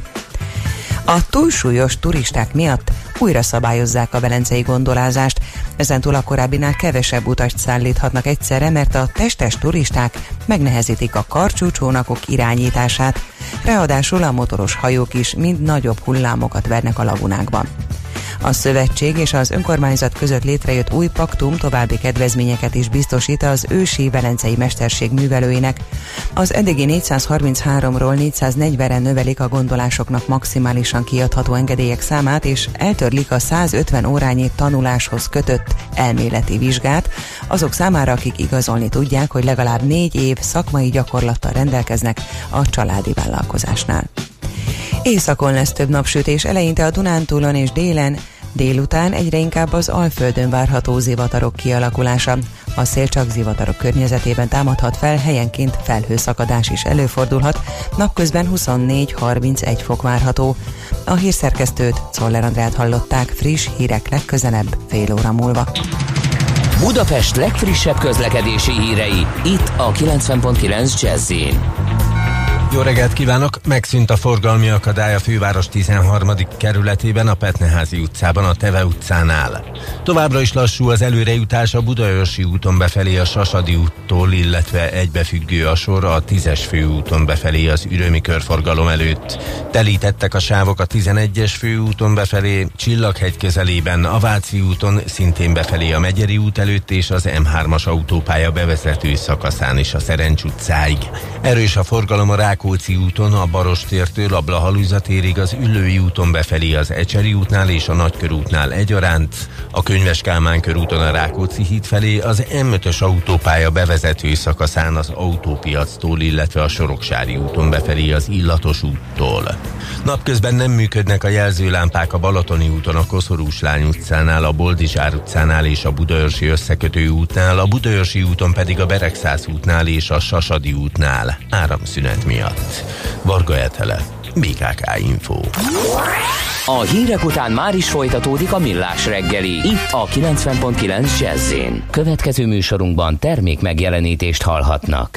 S7: A túlsúlyos turisták miatt újra szabályozzák a velencei gondolázást. Ezentúl a korábbinál kevesebb utast szállíthatnak egyszerre, mert a testes turisták megnehezítik a karcsúcsónakok irányítását. Ráadásul a motoros hajók is mind nagyobb hullámokat vernek a lagunákban. A szövetség és az önkormányzat között létrejött új paktum további kedvezményeket is biztosít az ősi velencei mesterség művelőinek. Az eddigi négyszázharmincháromról négyszáznegyvenre növelik a gondolásoknak maximálisan kiadható engedélyek számát, és eltörlik a százötven órányi tanuláshoz kötött elméleti vizsgát azok számára, akik igazolni tudják, hogy legalább négy év szakmai gyakorlattal rendelkeznek a családi vállalkozásnál. Északon lesz több napsütés, eleinte a Dunántúlon és délen, délután egyre inkább az Alföldön várható zivatarok kialakulása. A szél csak zivatarok környezetében támadhat fel, helyenként felhőszakadás is előfordulhat, napközben huszonnégy-harmincegy fok várható. A hírszerkesztőt, Czoller Andrát hallották, friss hírek legközelebb fél óra múlva.
S1: Budapest legfrissebb közlekedési hírei, itt a kilencven pont kilenc Jazz-in.
S12: Jó reggelt kívánok! Megszűnt a forgalmi akadály a főváros tizenharmadik kerületében, a Petneházi utcában, a Teve utcánál. Továbbra is lassú az előrejutás a Budaörsi úton befelé a Sasadi úttól, illetve egybefüggő a sor a tízes főúton befelé az Ürömi körforgalom előtt. Telítettek a sávok a tizenegyes főúton befelé, Csillaghegy közelében, a Váci úton szintén befelé a Megyeri út előtt és az em hármas autópálya bevezető szakaszán is a Szerencs utcáig. Erős a forgalom a Rák Rákóczi úton a Barostértől a Blahalújza térig, az Üllői úton befelé az Ecseri útnál és a Nagykörútnál egyaránt, a Könyves Kálmán körúton a Rákóczi híd felé, az M ötös autópálya bevezető szakaszán az Autópiactól, illetve a Soroksári úton befelé az Illatos úttól. Napközben nem működnek a jelzőlámpák a Balatoni úton, a Koszorúslány utcánál, a Boldizsár utcánál és a Budaörsi összekötő útnál, a Budaörsi úton pedig a Beregszász útnál és a Sasadi útnál áramszünet miatt. Varga Etele, bé ká ká Info.
S1: A hírek után már is folytatódik a Millás reggeli, itt a kilencven pont kilenc Jazz-én. Következő műsorunkban termék megjelenítést hallhatnak.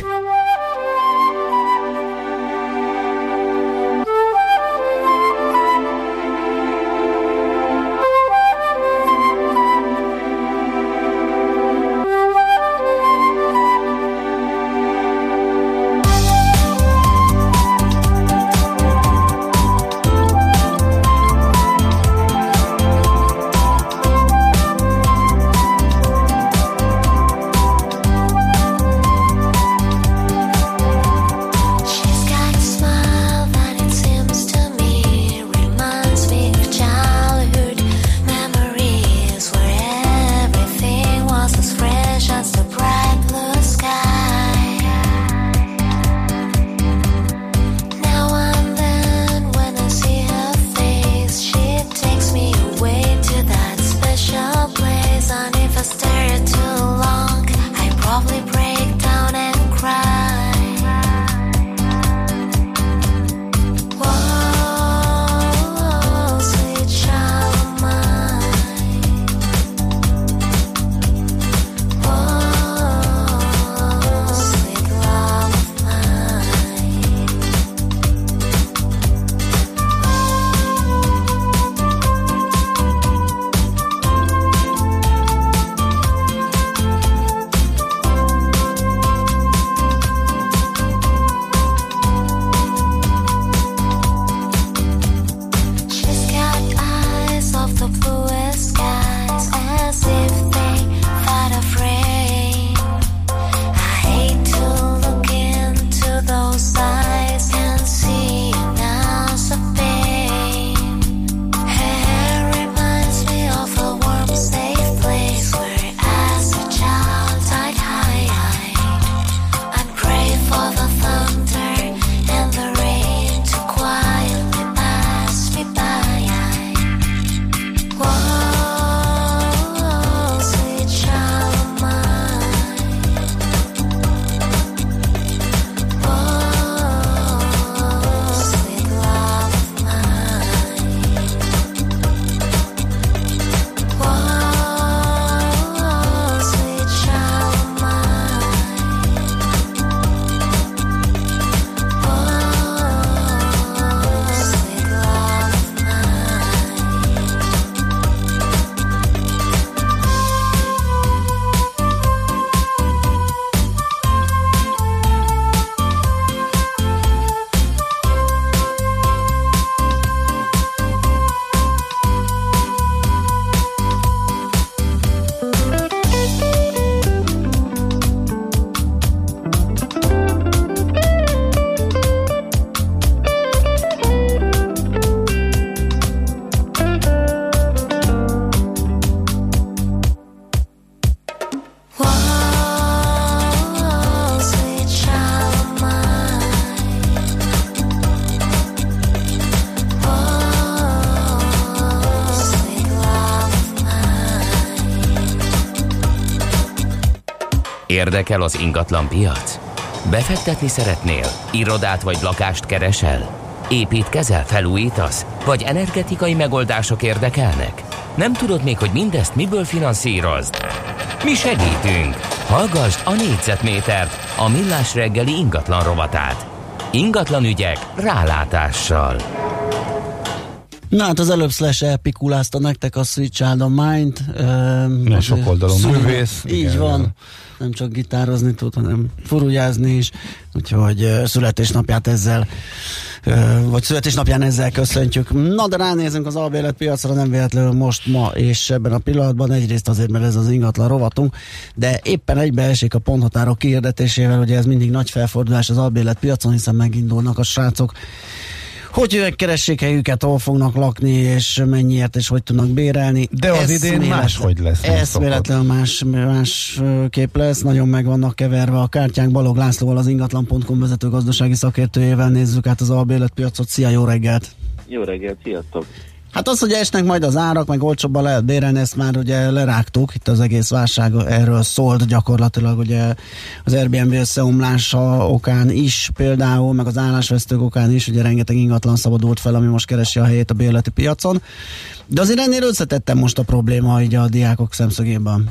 S1: Érdekel az ingatlan piac? Befektetni szeretnél? Irodát vagy lakást keresel? Építkezel, felújítasz? Vagy energetikai megoldások érdekelnek? Nem tudod még, hogy mindezt miből finanszírozd? Mi segítünk! Hallgasd a négyzetmétert, a Millás reggeli ingatlan rovatát. Ingatlan ügyek rálátással.
S4: Na hát az előbb Slash elpikulázta nektek a Sweet Child of Mine-t.
S5: Nem sok oldalon művész.
S4: Így igen, van. Nem csak gitározni tud, hanem furujázni is. Úgyhogy uh, születésnapját ezzel vagy születésnapján ezzel köszöntjük. Na de ránézünk az albérletpiacra, nem véletlenül most, ma és ebben a pillanatban, egyrészt azért, mert ez az ingatlan rovatunk, de éppen egybeesik a ponthatárok kihirdetésével, ugye ez mindig nagy felfordulás az albérletpiacon, hiszen megindulnak a srácok, hogy ők keressék helyüket, hol fognak lakni, és mennyiért, és hogy tudnak bérelni.
S5: De az idén máshogy lesz.
S4: Ez véletlenül más, más kép lesz, nagyon meg vannak keverve a kártyánk. Balog Lászlóval, az ingatlan pont com vezető gazdasági szakértőjével nézzük át az albérletpiacot. Szia, jó reggelt!
S13: Jó reggelt, sziasztok!
S4: Hát az, hogy esnek majd az árak, meg olcsóbban lehet bérelni, ezt már ugye lerágtuk, itt az egész válság erről szólt gyakorlatilag, ugye az Airbnb összeomlása okán is például, meg az állásvesztők okán is, ugye rengeteg ingatlan szabadult fel, ami most keresi a helyét a bérleti piacon, de azért ennél összetettem most a probléma így a diákok szemszögében.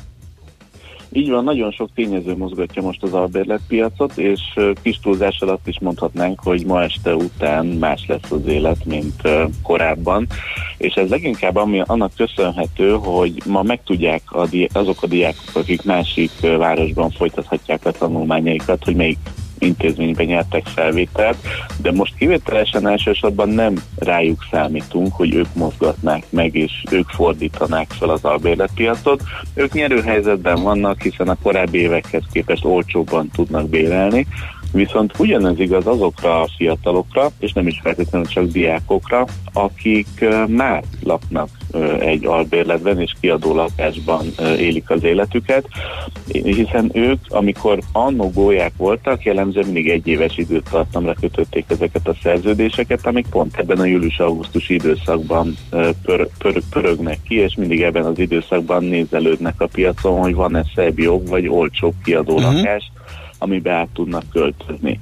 S13: Így van, nagyon sok tényező mozgatja most az albérletpiacot, és kis túlzás alatt is mondhatnánk, hogy ma este után más lesz az élet, mint korábban. És ez leginkább ami annak köszönhető, hogy ma megtudják a diá- azok a diákok, akik másik városban folytathatják a tanulmányaikat, hogy melyik intézményben nyertek felvételt, de most kivételesen elsősorban nem rájuk számítunk, hogy ők mozgatnák meg, és ők fordítanák fel az albérletpiacot. Ők nyerőhelyzetben vannak, hiszen a korábbi évekhez képest olcsóbban tudnak bérelni, viszont ugyanez igaz azokra a fiatalokra, és nem is feltétlenül csak diákokra, akik már laknak egy albérletben és kiadó lakásban élik az életüket, hiszen ők, amikor annó gólyák voltak, jellemzően mindig egy éves időtartamra kötötték ezeket a szerződéseket, amik pont ebben a július-augusztusi időszakban pör, pör, pörögnek ki, és mindig ebben az időszakban nézelődnek a piacon, hogy van-e szebb, jobb vagy olcsóbb kiadó uh-huh. lakás, amiben át tudnak költözni.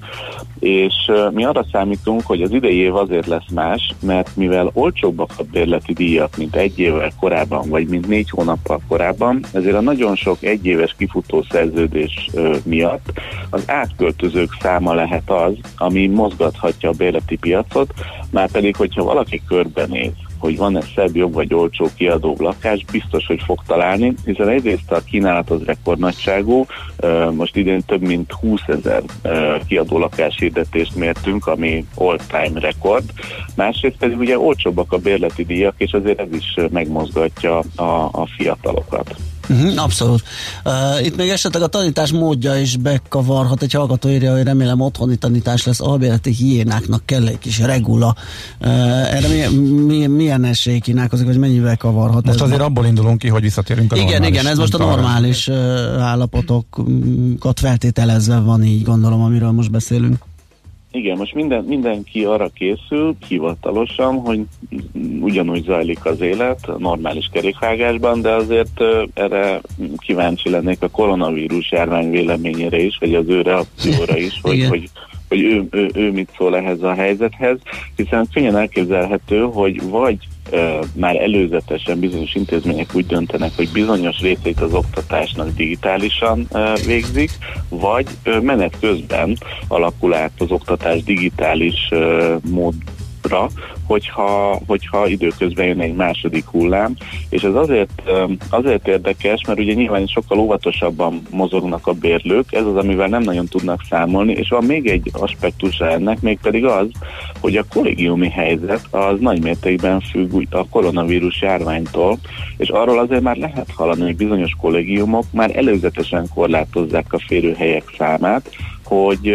S13: És uh, mi arra számítunk, hogy az idei év azért lesz más, mert mivel olcsóbbak a bérleti díjak, mint egy évvel korábban, vagy mint négy hónappal korábban, ezért a nagyon sok egyéves kifutó szerződés uh, miatt az átköltözők száma lehet az, ami mozgathatja a bérleti piacot, már pedig, hogyha valaki körbenéz, hogy van-e szebb, jobb vagy olcsó kiadó lakás, biztos, hogy fog találni, hiszen egyrészt a kínálat az rekordnagyságú, most idén több mint húszezer kiadó lakás hirdetést mértünk, ami all-time rekord, másrészt pedig ugye olcsóbbak a bérleti díjak, és azért ez is megmozgatja a, a fiatalokat.
S4: Uh-huh, abszolút. Uh, itt még esetleg a tanítás módja is bekavarhat. Egy hallgató írja, hogy remélem otthoni tanítás lesz, albérleti hiénáknak kell egy kis regula. Uh, erre milyen, milyen, milyen esély kínálkozik, hogy mennyivel kavarhat?
S5: Most
S4: ez
S5: azért
S4: ma...
S5: abból indulunk ki, hogy visszatérünk a
S4: igen,
S5: normális.
S4: Igen, ez most a normális uh, állapotokat feltételezve van, így gondolom, amiről most beszélünk.
S13: Igen, most minden, mindenki arra készül hivatalosan, hogy ugyanúgy zajlik az élet a normális kerékvágásban, de azért uh, erre kíváncsi lennék a koronavírus járvány véleményére is, vagy az ő reakcióra is, hogy, hogy, hogy ő, ő, ő mit szól ehhez a helyzethez, hiszen könnyen elképzelhető, hogy vagy Uh, már előzetesen bizonyos intézmények úgy döntenek, hogy bizonyos részét az oktatásnak digitálisan uh, végzik, vagy uh, menet közben alakul át az oktatás digitális uh, módra, hogyha, hogyha időközben jön egy második hullám, és ez azért, azért érdekes, mert ugye nyilván sokkal óvatosabban mozognak a bérlők, ez az, amivel nem nagyon tudnak számolni, és van még egy aspektusa ennek, mégpedig az, hogy a kollégiumi helyzet az nagy mértékben függ a koronavírus járványtól, és arról azért már lehet hallani, hogy bizonyos kollégiumok már előzetesen korlátozzák a férőhelyek számát, hogy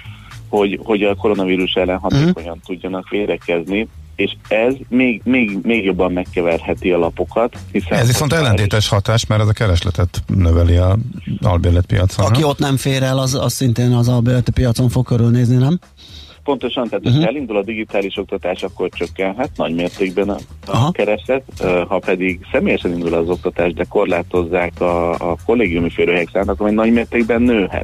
S13: Hogy, hogy a koronavírus ellen hatékonyan uh-huh. tudjanak védekezni, és ez még, még, még jobban megkeverheti a lapokat. Hiszen
S5: ez viszont ellentétes hatás, mert ez a keresletet növeli az albérletpiacon.
S4: Aki nem? Ott nem fér el, az, az szintén az albérleti piacon fog körülnézni, nem?
S13: Pontosan, tehát uh-huh. ha elindul a digitális oktatás, akkor csökkenhet nagy mértékben a, a kereslet, ha pedig személyesen indul az oktatás, de korlátozzák a, a kollégiumi férőhelyek számát, akkor nagy mértékben nőhet.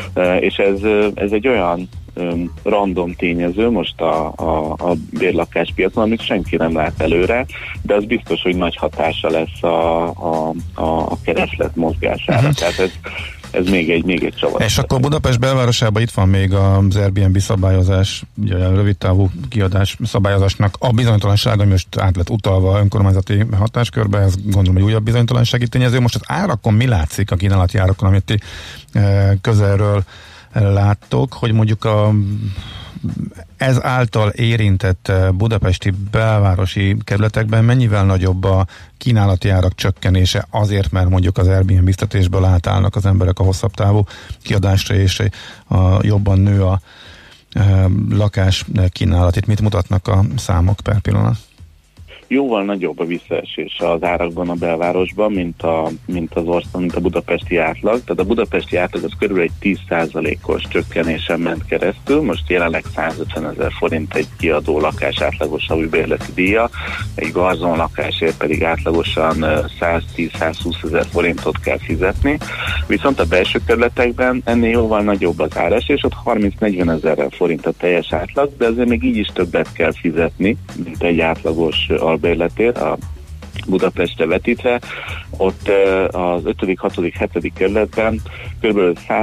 S13: És ez, ez egy olyan um, random tényező most a, a, a bérlakáspiacon, amit senki nem lát előre, de az biztos, hogy nagy hatása lesz a, a, a kereslet mozgására. Uh-huh. Tehát ez Ez még egy, még egy csavar.
S5: És akkor Budapest belvárosában itt van még az Airbnb szabályozás, ugye a rövidtávú kiadás szabályozásnak a bizonytalanság, ami most át lett utalva önkormányzati hatáskörbe, ez gondolom egy újabb bizonytalansági tényező. Most az árakon mi látszik, a kínálati árakon, amit ti közelről láttok, hogy mondjuk a ez által érintett budapesti belvárosi kerületekben mennyivel nagyobb a kínálati árak csökkenése azért, mert mondjuk az Airbnb biztatésből átállnak az emberek a hosszabb távú kiadásra, és a, jobban nő a e, lakás kínálat. Itt mit mutatnak a számok per pillanat?
S13: Jóval nagyobb a visszaesés az árakban a belvárosban, mint, a, mint az ország, mint a budapesti átlag. Tehát a budapesti átlag az körülbelül egy tíz százalékos csökkenésen ment keresztül. Most jelenleg százötven ezer forint egy kiadó lakás átlagos havi bérleti díja, egy garzon lakásért pedig átlagosan száztíz-százhúsz ezer forintot kell fizetni. Viszont a belső kerületekben ennél jóval nagyobb az áresés, ott harminc-negyven ezer forint a teljes átlag, de azért még így is többet kell fizetni, mint egy átlagos albérletért a Budapestre vetítve. Ott az ötödik, hatodik, hetedik kerületben kb.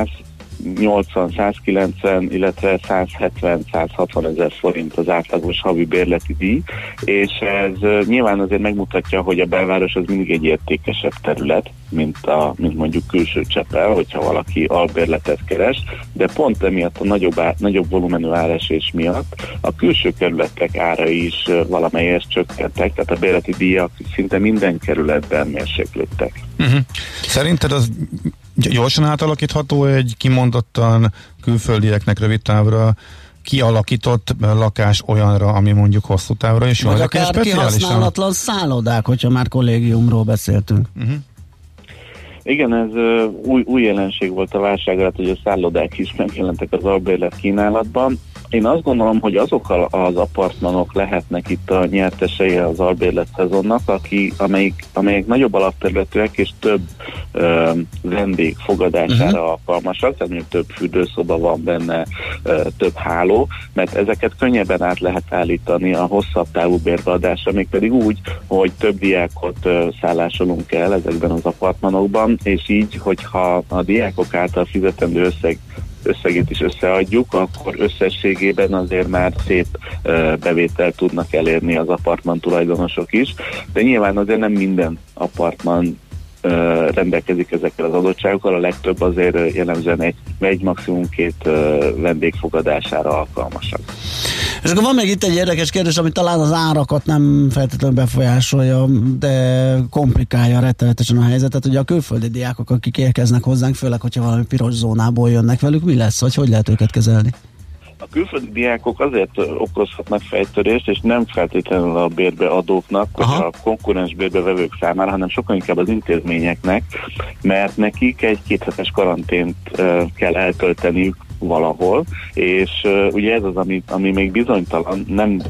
S13: száznyolcvan-százkilencven, illetve százhetven-százhatvan ezer forint az átlagos havi bérleti díj, és ez nyilván azért megmutatja, hogy a belváros az mindig egy értékesebb terület, mint, a, mint mondjuk külső Csepel, hogyha valaki albérletet keres, de pont emiatt a nagyobb, á, nagyobb volumenű áresés miatt a külső kerületek árai is valamelyest csökkentek, tehát a bérleti díjak szinte minden kerületben mérséklődtek.
S5: Uh-huh. Szerinted az gyorsan átalakítható egy kimondottan külföldieknek rövid távra kialakított lakás olyanra, ami mondjuk hosszú távra is jó?
S4: Vagy akár kihasználatlan szállodák, hogyha már kollégiumról beszéltünk.
S5: Uh-huh.
S13: Igen, ez uh, új, új jelenség volt a válság alatt, hogy a szállodák is megjelentek az albérlet kínálatban. Én azt gondolom, hogy azok az apartmanok lehetnek itt a nyertesei az albérlet szezonnak, aki, amelyik, amelyek nagyobb alapterületűek és több ö, vendég fogadására uh-huh. alkalmasak, tehát mondjuk több fürdőszoba van benne, ö, több háló, mert ezeket könnyebben át lehet állítani a hosszabb távú bérbeadásra, mégpedig úgy, hogy több diákot ö, szállásolunk el ezekben az apartmanokban, és így, hogyha a diákok által fizetendő összeg összegét is összeadjuk, akkor összességében azért már szép uh, bevételt tudnak elérni az apartman tulajdonosok is, de nyilván azért nem minden apartman uh, rendelkezik ezekkel az adottságokkal, a legtöbb azért jellemzően egy, egy maximum két uh, vendég fogadására alkalmasak.
S4: És akkor van még itt egy érdekes kérdés, ami talán az árakat nem feltétlenül befolyásolja, de komplikálja rettenetesen a helyzetet. Ugye a külföldi diákok, akik érkeznek hozzánk, főleg, hogyha valami piros zónából jönnek, velük mi lesz, vagy hogy lehet őket kezelni?
S13: A külföldi diákok azért okozhatnak fejtörést, és nem feltétlenül a bérbeadóknak, vagy a konkurens bérbevevők számára, hanem sokkal inkább az intézményeknek, mert nekik egy kéthetes karantént uh, kell eltölteniük valahol, és uh, ugye ez az, ami, ami még bizonytalan, nem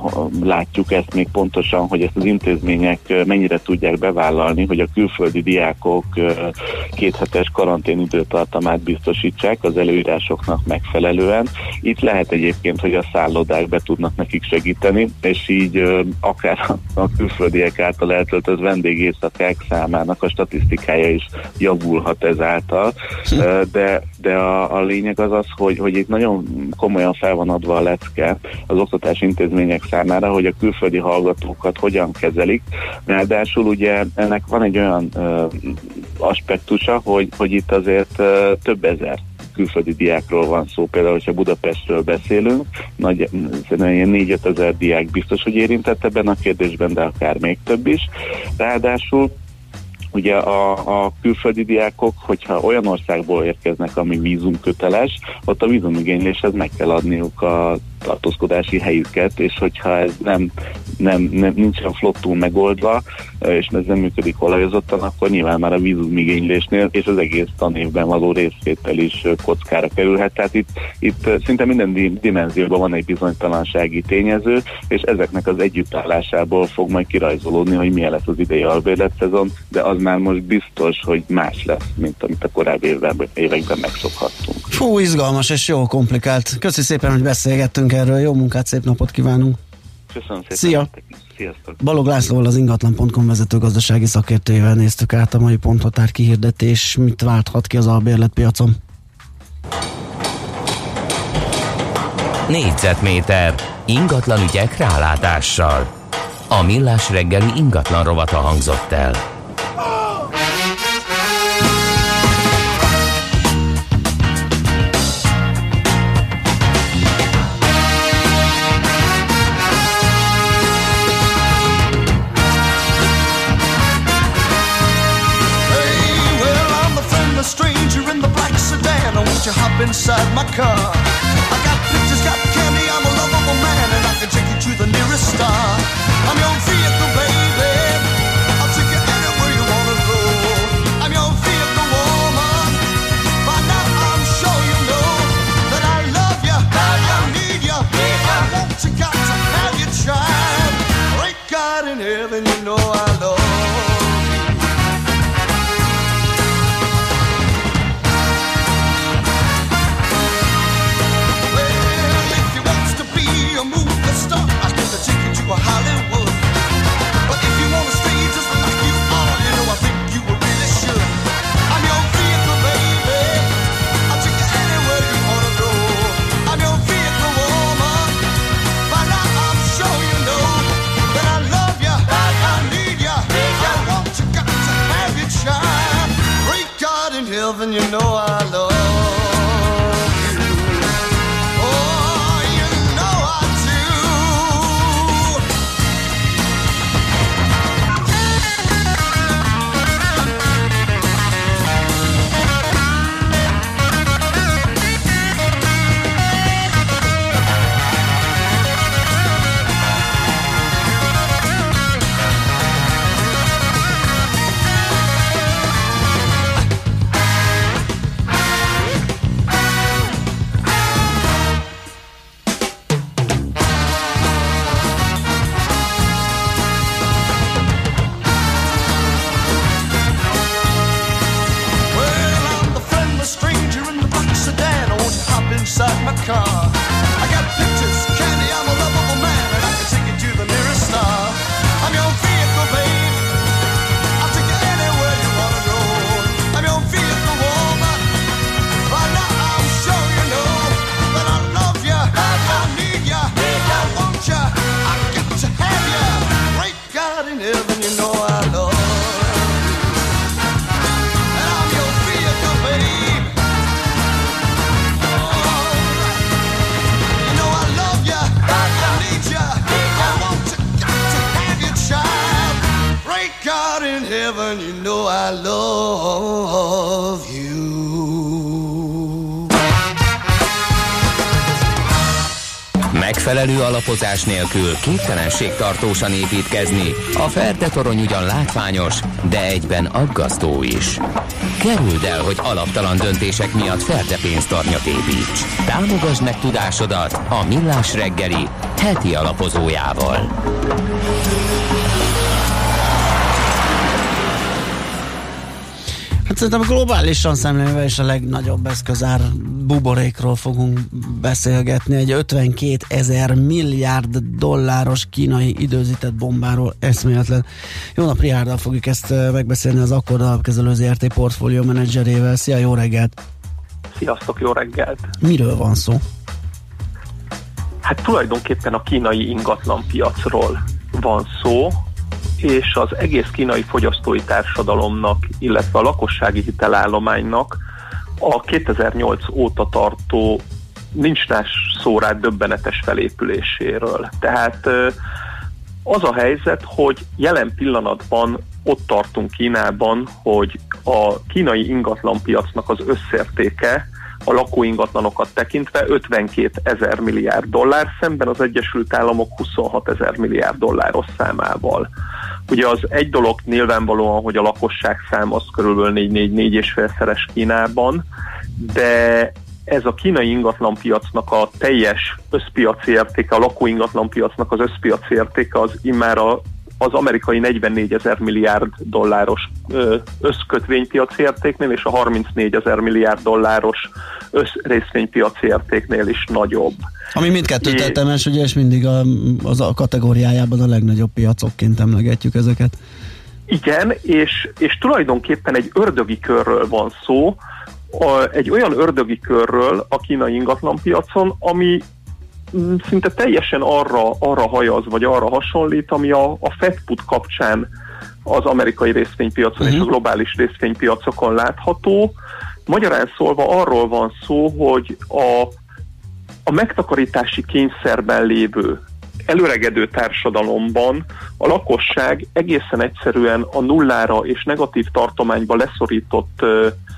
S13: látjuk ezt még pontosan, hogy ezt az intézmények uh, mennyire tudják bevállalni, hogy a külföldi diákok uh, kéthetes karantén időtartamát biztosítsák az előírásoknak megfelelően. Itt lehet egyébként, hogy a szállodák be tudnak nekik segíteni, és így uh, akár a külföldiek által eltöltött vendégészakák számának a statisztikája is javulhat ezáltal, uh, de, de a, a lényeg az az, hogy, hogy itt nagyon komolyan fel van adva a lecke az oktatási intézmények számára, hogy a külföldi hallgatókat hogyan kezelik. Ráadásul ugye ennek van egy olyan uh, aspektusa, hogy, hogy itt azért uh, több ezer külföldi diákról van szó, például, hogyha Budapestről beszélünk, nagy, szerintem négy-öt ezer diák biztos, hogy érintett ebben a kérdésben, de akár még több is. Ráadásul ugye a, a külföldi diákok, hogyha olyan országból érkeznek, ami vízumköteles, ott a vízumigényléshez meg kell adniuk a tartózkodási helyüket, és hogyha ez nem, nem, nem nincsen flottul megoldva, és ez nem működik olajozottan, akkor nyilván már a vízumigénylésnél és az egész tanévben való részvétel is kockára kerülhet. Tehát itt, itt szinte minden dimenzióban van egy bizonytalansági tényező, és ezeknek az együttállásából fog majd kirajzolódni, hogy milyen lesz az idei albérletszezon, de az már most biztos, hogy más lesz, mint amit a korábbi években, években megszokhattunk.
S4: Fú, izgalmas és jó komplikált. Köszi szépen, hogy beszélgettünk erről. Jó munkát, szép napot kívánunk!
S13: Köszönöm szépen!
S4: Szia!
S13: Sziasztok!
S4: Balog Lászlóval, az ingatlan pont com vezető gazdasági szakértőjével néztük át a mai ponthatár kihirdetés, mit válthat ki az albérletpiacon.
S1: Négyzetméter ingatlan ügyek rálátással. A Millás reggeli ingatlan rovata hangzott el.
S10: inside my car. I got pictures, got candy, I'm a lovable man, and I can take you to the nearest star. I'm your vehicle, baby. I'll take you anywhere you wanna go. I'm your vehicle, woman. By now I'm sure you know that I love you, I need you, I want you, got to have you, child. Great God in heaven, you know I love you. Hollywood. But if you wanna stay just like you are, you know I think you really should. I'm your vehicle, baby. I'll take you anywhere you wanna go. I'm your vehicle, woman. By now I'm sure you know that I love you, I need you, I want you, got to have you, child. Great God in heaven, you know I love you. Inside my car, I got pictures, candy, I'm a lovable man, and I can take you to the nearest star. I'm your vehicle, babe. I'll take you anywhere you wanna go. I'm your vehicle, woman. By now I'm sure you know that I love you, I need you, I want you, I got to have you. Great God in heaven, you know I love you. And I'm your vehicle, babe. God in heaven, you know I love you.
S1: Megfelelő alapozás nélkül képtelenség tartósan építkezni. A Ferde torony ugyan látványos, de egyben aggasztó is. Kerüld el, hogy alaptalan döntések miatt Ferde pénztarnyat építs. Támogasd meg tudásodat a Millás reggeli heti alapozójával.
S4: Hát szerintem globálisan szemlélve is a legnagyobb eszközár buborékról fogunk beszélgetni. Egy ötvenkét ezer milliárd dolláros kínai időzített bombáról, eszméletlen. Jó nap, Rihárdal fogjuk ezt megbeszélni, az Akkord alapkezelő zé er té portfólió menedzserével. Szia, jó reggelt!
S14: Sziasztok, jó reggelt!
S4: Miről van szó?
S14: Hát tulajdonképpen a kínai ingatlanpiacról van szó, és az egész kínai fogyasztói társadalomnak, illetve a lakossági hitelállománynak a kétezer-nyolc óta tartó nincs más szó rá döbbenetes felépüléséről. Tehát az a helyzet, hogy jelen pillanatban ott tartunk Kínában, hogy a kínai ingatlanpiacnak az összértéke a lakóingatlanokat tekintve ötvenkét ezer milliárd dollár, szemben az Egyesült Államok huszonhat ezer milliárd dolláros számával. Ugye az egy dolog nyilvánvalóan, hogy a lakosság szám az körülbelül négy-négy és félszeres Kínában, de ez a kínai ingatlanpiacnak a teljes összpiaci értéke, a lakóingatlanpiacnak az összpiaci értéke az immár a az amerikai negyvennégy ezer milliárd dolláros összkötvénypiaci értéknél és a harmincnégy ezer milliárd dolláros összrészvénypiaci értéknél is nagyobb.
S4: Ami mindkettő tetemes, ugye, és mindig a, az a kategóriájában a legnagyobb piacokként emlegetjük ezeket.
S14: Igen, és, és tulajdonképpen egy ördögi körről van szó, a, egy olyan ördögi körről a kínai ingatlanpiacon, ami szinte teljesen arra, arra hajaz, vagy arra hasonlít, ami a, a Fed Put kapcsán az amerikai részvénypiacon uh-huh. és a globális részvénypiacokon látható. Magyarán szólva arról van szó, hogy a, a megtakarítási kényszerben lévő előregedő társadalomban a lakosság egészen egyszerűen a nullára és negatív tartományba leszorított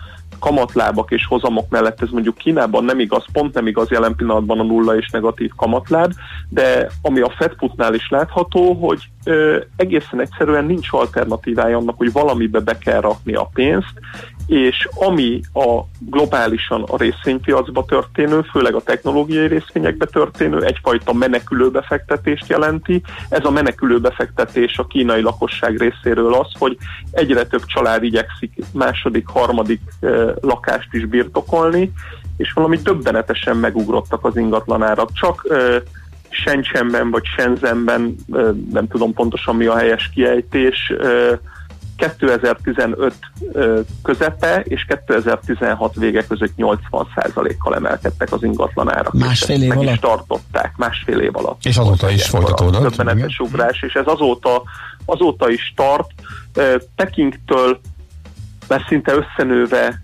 S14: kamatlábak és hozamok mellett ez mondjuk Kínában nem igaz, pont nem igaz jelen pillanatban a nulla és negatív kamatláb, de ami a Fed Putnál is látható, hogy ö, egészen egyszerűen nincs alternatívája annak, hogy valamibe be kell rakni a pénzt, és ami a globálisan a részvénypiacba történő, főleg a technológiai részvényekbe történő egyfajta menekülő befektetést jelenti. Ez a menekülő befektetés a kínai lakosság részéről az, hogy egyre több család igyekszik második, harmadik eh, lakást is birtokolni, és valami döbbenetesen megugrottak az ingatlanárak. Csak eh, Shenzhenben vagy Shenzhenben, eh, nem tudom pontosan mi a helyes kiejtés, eh, kétezer-tizenöt közepe és kétezer-tizenhat vége között nyolcvan százalékkal emelkedtek az ingatlanárak.
S4: Másfél év
S14: meg
S4: alatt?
S14: is tartották, másfél év alatt.
S5: És azóta is folytatódott.
S14: Döbbenetes ugrás, és ez azóta, azóta is tart. Pekingtől már szinte összenőve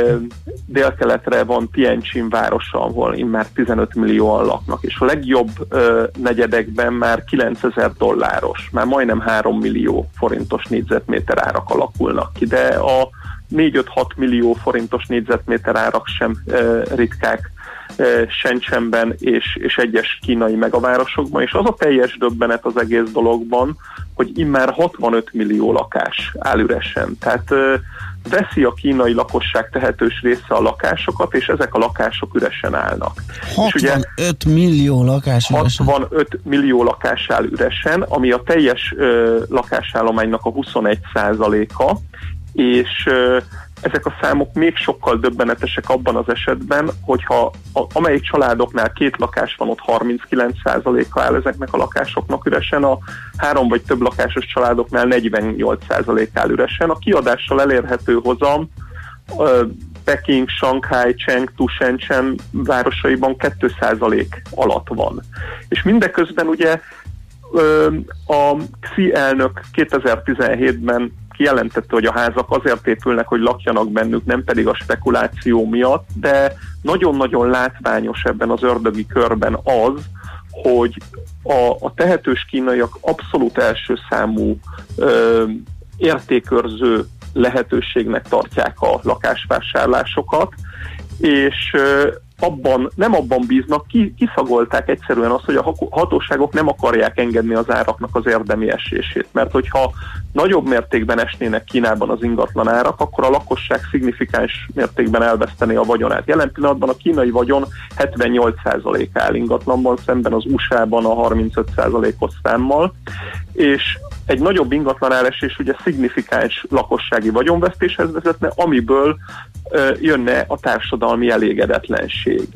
S14: délkeletre van Tianjin városa, ahol immár tizenöt millióan laknak, és a legjobb negyedekben már kilencezer dolláros, már majdnem három millió forintos négyzetméter árak alakulnak ki, de a négy-öt-hat millió forintos négyzetméter árak sem ritkák Shenzhenben és, és egyes kínai megavárosokban, és az a teljes döbbenet az egész dologban, hogy immár hatvanöt millió lakás áll üresen. Tehát veszi a kínai lakosság tehetős része a lakásokat, és ezek a lakások üresen állnak.
S4: hatvanöt millió lakás üresen.
S14: hatvanöt millió lakás áll üresen, ami a teljes ö, lakásállománynak a huszonegy százaléka, és ö, ezek a számok még sokkal döbbenetesek abban az esetben, hogyha a, amelyik családoknál két lakás van, ott harminckilenc százaléka áll ezeknek a lakásoknak üresen, a három vagy több lakásos családoknál negyvennyolc százalék áll üresen. A kiadással elérhető hozam ö, Peking, Shanghai, Chengdu, Shenzhen városaiban két százalék alatt van. És mindeközben ugye ö, a Xi elnök kétezer-tizenhétben kijelentette, hogy a házak azért épülnek, hogy lakjanak bennük, nem pedig a spekuláció miatt, de nagyon-nagyon látványos ebben az ördögi körben az, hogy a, a tehetős kínaiak abszolút első számú ö, értékőrző lehetőségnek tartják a lakásvásárlásokat, és ö, abban, nem abban bíznak, ki, kiszagolták egyszerűen azt, hogy a hatóságok nem akarják engedni az áraknak az érdemi esését, mert hogyha nagyobb mértékben esnének Kínában az ingatlan árak, akkor a lakosság szignifikáns mértékben elvesztené a vagyonát. Jelen pillanatban a kínai vagyon hetvennyolc százalék áll ingatlanban, szemben az u es á-ban a harmincöt százalékos számmal, és egy nagyobb ingatlan elesés ugye szignifikáns lakossági vagyonvesztéshez vezetne, amiből ö, jönne a társadalmi elégedetlenség.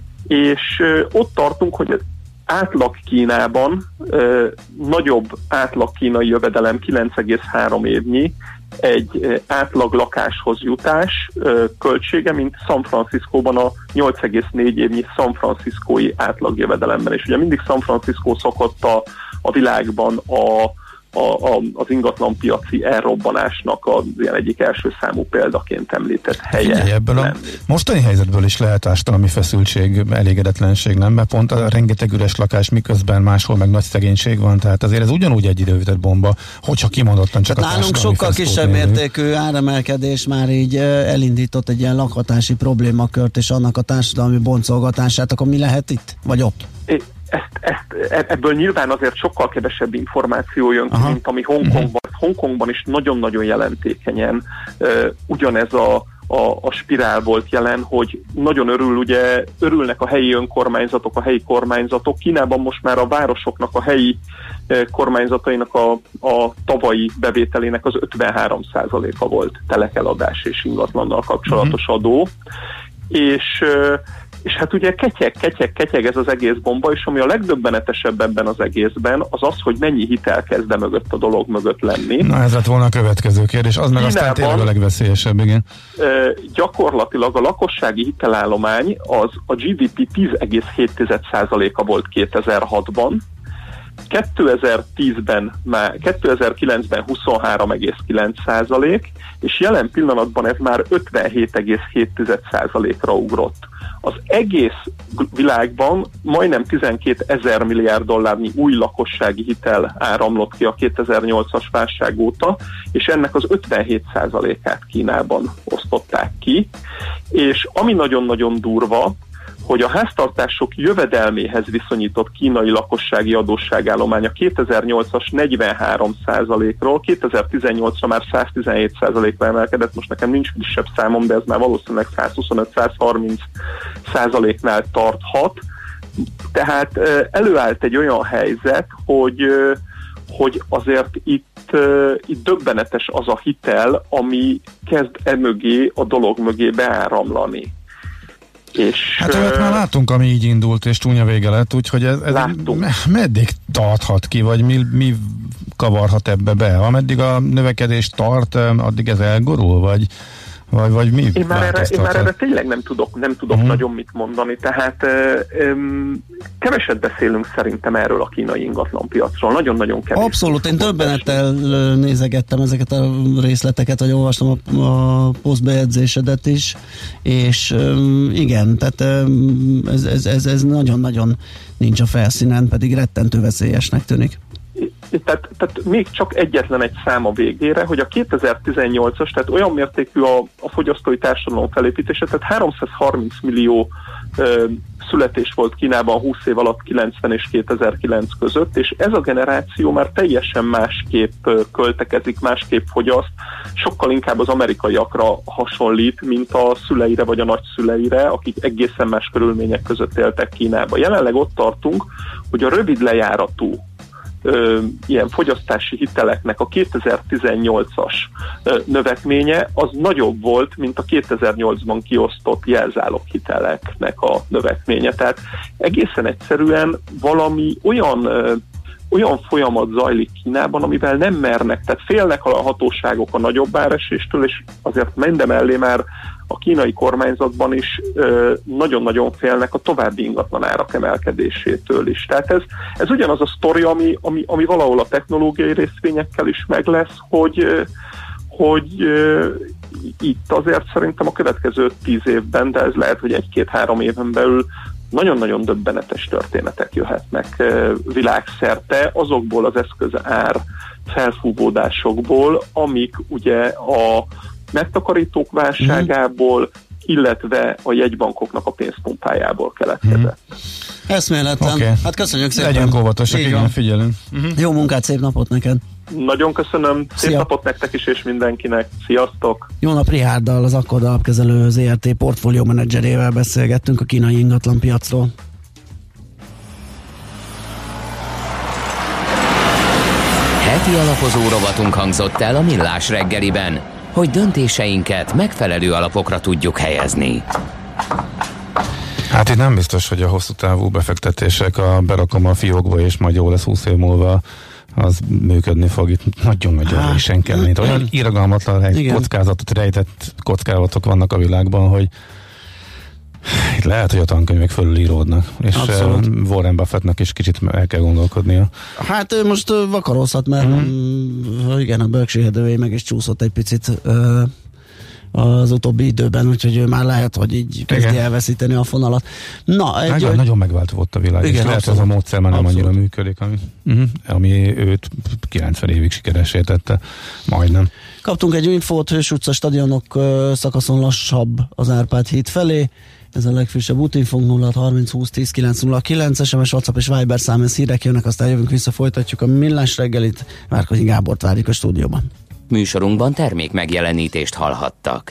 S14: És ö, ott tartunk, hogy átlag Kínában ö, nagyobb átlag kínai jövedelem kilenc egész három évnyi, egy ö, átlag lakáshoz jutás ö, költsége, mint San Franciscóban a nyolc egész négy évnyi San Franciscói átlag jövedelemben. És ugye mindig San Francisco szokott a, a világban a A, a, az ingatlanpiaci elrobbanásnak az ilyen egyik első számú példaként említett helye.
S5: Figyelj, ebből a mostani helyzetből is lehet társadalmi feszültség, elégedetlenség, nem? Mert pont a rengeteg üres lakás, miközben máshol meg nagy szegénység van, tehát azért ez ugyanúgy egy idővetett bomba, hogyha kimondottan csak
S4: tehát
S5: a
S4: nálunk sokkal kisebb mértékű áremelkedés már így elindított egy ilyen lakhatási problémakört, és annak a társadalmi boncolgatását, akkor mi lehet itt? Vagy ott?
S14: É. Ezt, ezt, ebből nyilván azért sokkal kevesebb információ jön ki, mint ami Hongkongban. Hongkongban is nagyon-nagyon jelentékenyen uh, ugyanez a, a, a spirál volt jelen, hogy nagyon örül, ugye örülnek a helyi önkormányzatok, a helyi kormányzatok. Kínában most már a városoknak, a helyi uh, kormányzatainak a, a tavalyi bevételének az ötvenhárom százaléka volt telekeladás és ingatlannal kapcsolatos adó. És uh, És hát ugye ketyeg, ketyeg, ketyeg ez az egész bomba, és ami a legdöbbenetesebb ebben az egészben, az az, hogy mennyi hitel kezd mögött a dolog mögött lenni.
S5: Na ez lett volna a következő kérdés, az meg aztán tényleg a legveszélyesebb, igen.
S14: E, gyakorlatilag a lakossági hitelállomány az a gé dé pé tíz egész hét százaléka volt kétezer-hatban, kétezer-tízben már, kétezer-kilencben huszonhárom egész kilenc százalék, és jelen pillanatban ez már ötvenhét egész hét százalékra ugrott. Az egész világban majdnem tizenkétezer milliárd dollárnyi új lakossági hitel áramlott ki a kétezer-nyolcas válság óta, és ennek az ötvenhét százalékát Kínában osztották ki, és ami nagyon-nagyon durva, hogy a háztartások jövedelméhez viszonyított kínai lakossági adósságállomány a kétezer-nyolcas negyvenhárom százalékról kétezer-tizennyolcra már száztizenhét százalékra emelkedett, most nekem nincs frissebb számom, de ez már valószínűleg százhuszonöt-százharminc százaléknál tarthat. Tehát előállt egy olyan helyzet, hogy, hogy azért itt, itt döbbenetes az a hitel, ami kezd emögé, a dolog mögé beáramlani. És,
S5: hát olyat már látunk, ami így indult, és csúnya vége lett, úgyhogy ez, ez meddig tarthat ki, vagy mi, mi kavarhat ebbe be? Ameddig a növekedés tart, addig ez elgurul, vagy, vagy, vagy mi?
S14: Én már, erre, én már erre tényleg nem tudok, nem tudok uh-huh. nagyon mit mondani, tehát um, keveset beszélünk szerintem erről a kínai ingatlanpiacról, nagyon-nagyon kevés.
S4: Abszolút, én döbbenettel nézegettem ezeket a részleteket, hogy olvastam a, a posztbejegyzésedet is, és um, igen, tehát um, ez, ez, ez, ez nagyon-nagyon nincs a felszínen, pedig rettentő veszélyesnek tűnik.
S14: Tehát, tehát még csak egyetlen egy szám a végére, hogy a kétezer-tizennyolcas, tehát olyan mértékű a, a fogyasztói társadalom felépítése, tehát háromszázharminc millió ö, születés volt Kínában húsz év alatt kilencven és kétezer-kilenc között, és ez a generáció már teljesen másképp költekezik, másképp fogyaszt, sokkal inkább az amerikaiakra hasonlít, mint a szüleire vagy a nagyszüleire, akik egészen más körülmények között éltek Kínában. Jelenleg ott tartunk, hogy a rövid lejáratú Ö, ilyen fogyasztási hiteleknek a kétezer-tizennyolcas ö, növekménye az nagyobb volt, mint a kétezer-nyolcban kiosztott jelzálog hiteleknek a növekménye. Tehát egészen egyszerűen valami olyan ö, olyan folyamat zajlik Kínában, amivel nem mernek, tehát félnek a hatóságok a nagyobb áreséstől, és azért mindemellé már a kínai kormányzatban is ö, nagyon-nagyon félnek a további ingatlan árak emelkedésétől is. Tehát ez, ez ugyanaz a sztori, ami, ami, ami valahol a technológiai részvényekkel is meg lesz, hogy, hogy ö, itt azért szerintem a következő tíz évben, de ez lehet, hogy egy-két-három éven belül nagyon-nagyon döbbenetes történetek jöhetnek világszerte azokból az eszköz ár felfúvódásokból, amik ugye a megtakarítók válságából, illetve a jegybankoknak a pénzpumpájából keletkezett.
S4: Mm. Eszméletlen. Okay. Hát köszönjük szépen.
S5: Legyünk óvatosak, igen, figyelünk.
S4: Uh-huh. Jó munkát, szép napot neked.
S14: Nagyon köszönöm, szép Szia. napot nektek is, és mindenkinek. Sziasztok!
S4: Jó nap, Richárddal, az Akkord Alapkezelő zé er té portfólió menedzserével beszélgettünk a kínai ingatlanpiacról.
S1: Heti alapozó rovatunk hangzott el a Millás reggeliben, hogy döntéseinket megfelelő alapokra tudjuk helyezni.
S5: Hát itt nem biztos, hogy a hosszú távú befektetések, a berakom a fiókba, és majd jó lesz húsz év múlva, az működni fog. Itt nagyon-nagyon résen kell. Mint olyan irgalmatlan rejt, kockázatot rejtett kockázatok vannak a világban, hogy itt lehet, hogy a tankönyvek fölülíródnak, és Abszolút. Warren Buffettnak is kicsit el kell gondolkodnia.
S4: Hát ő most vakarozhat, mert mm. igen, a Berkshire Hathaway meg is csúszott egy picit uh, az utóbbi időben, úgyhogy ő már lehet, hogy így kezdi igen. elveszíteni a fonalat. Na, egy,
S5: nagyon, egy... nagyon megváltozott a világ, igen, és lehet, hogy az a módszer már nem abszolút. annyira működik, ami, uh-huh, ami őt kilencven évig sikeresé tette, majdnem.
S4: Kaptunk egy infót, Hős utca stadionok uh, szakaszon lassabb az Árpád híd felé. Ez a legfrissebb útinfónk nulla harminc húsz tíz kilenc nulla kilenc, es em es, WhatsApp és Viber szám, ez hírek jönnek, aztán jövünk vissza, folytatjuk a Millás reggelit. Várkonyi Gábort várjuk a stúdióban.
S1: Műsorunkban termék megjelenítést hallhattak.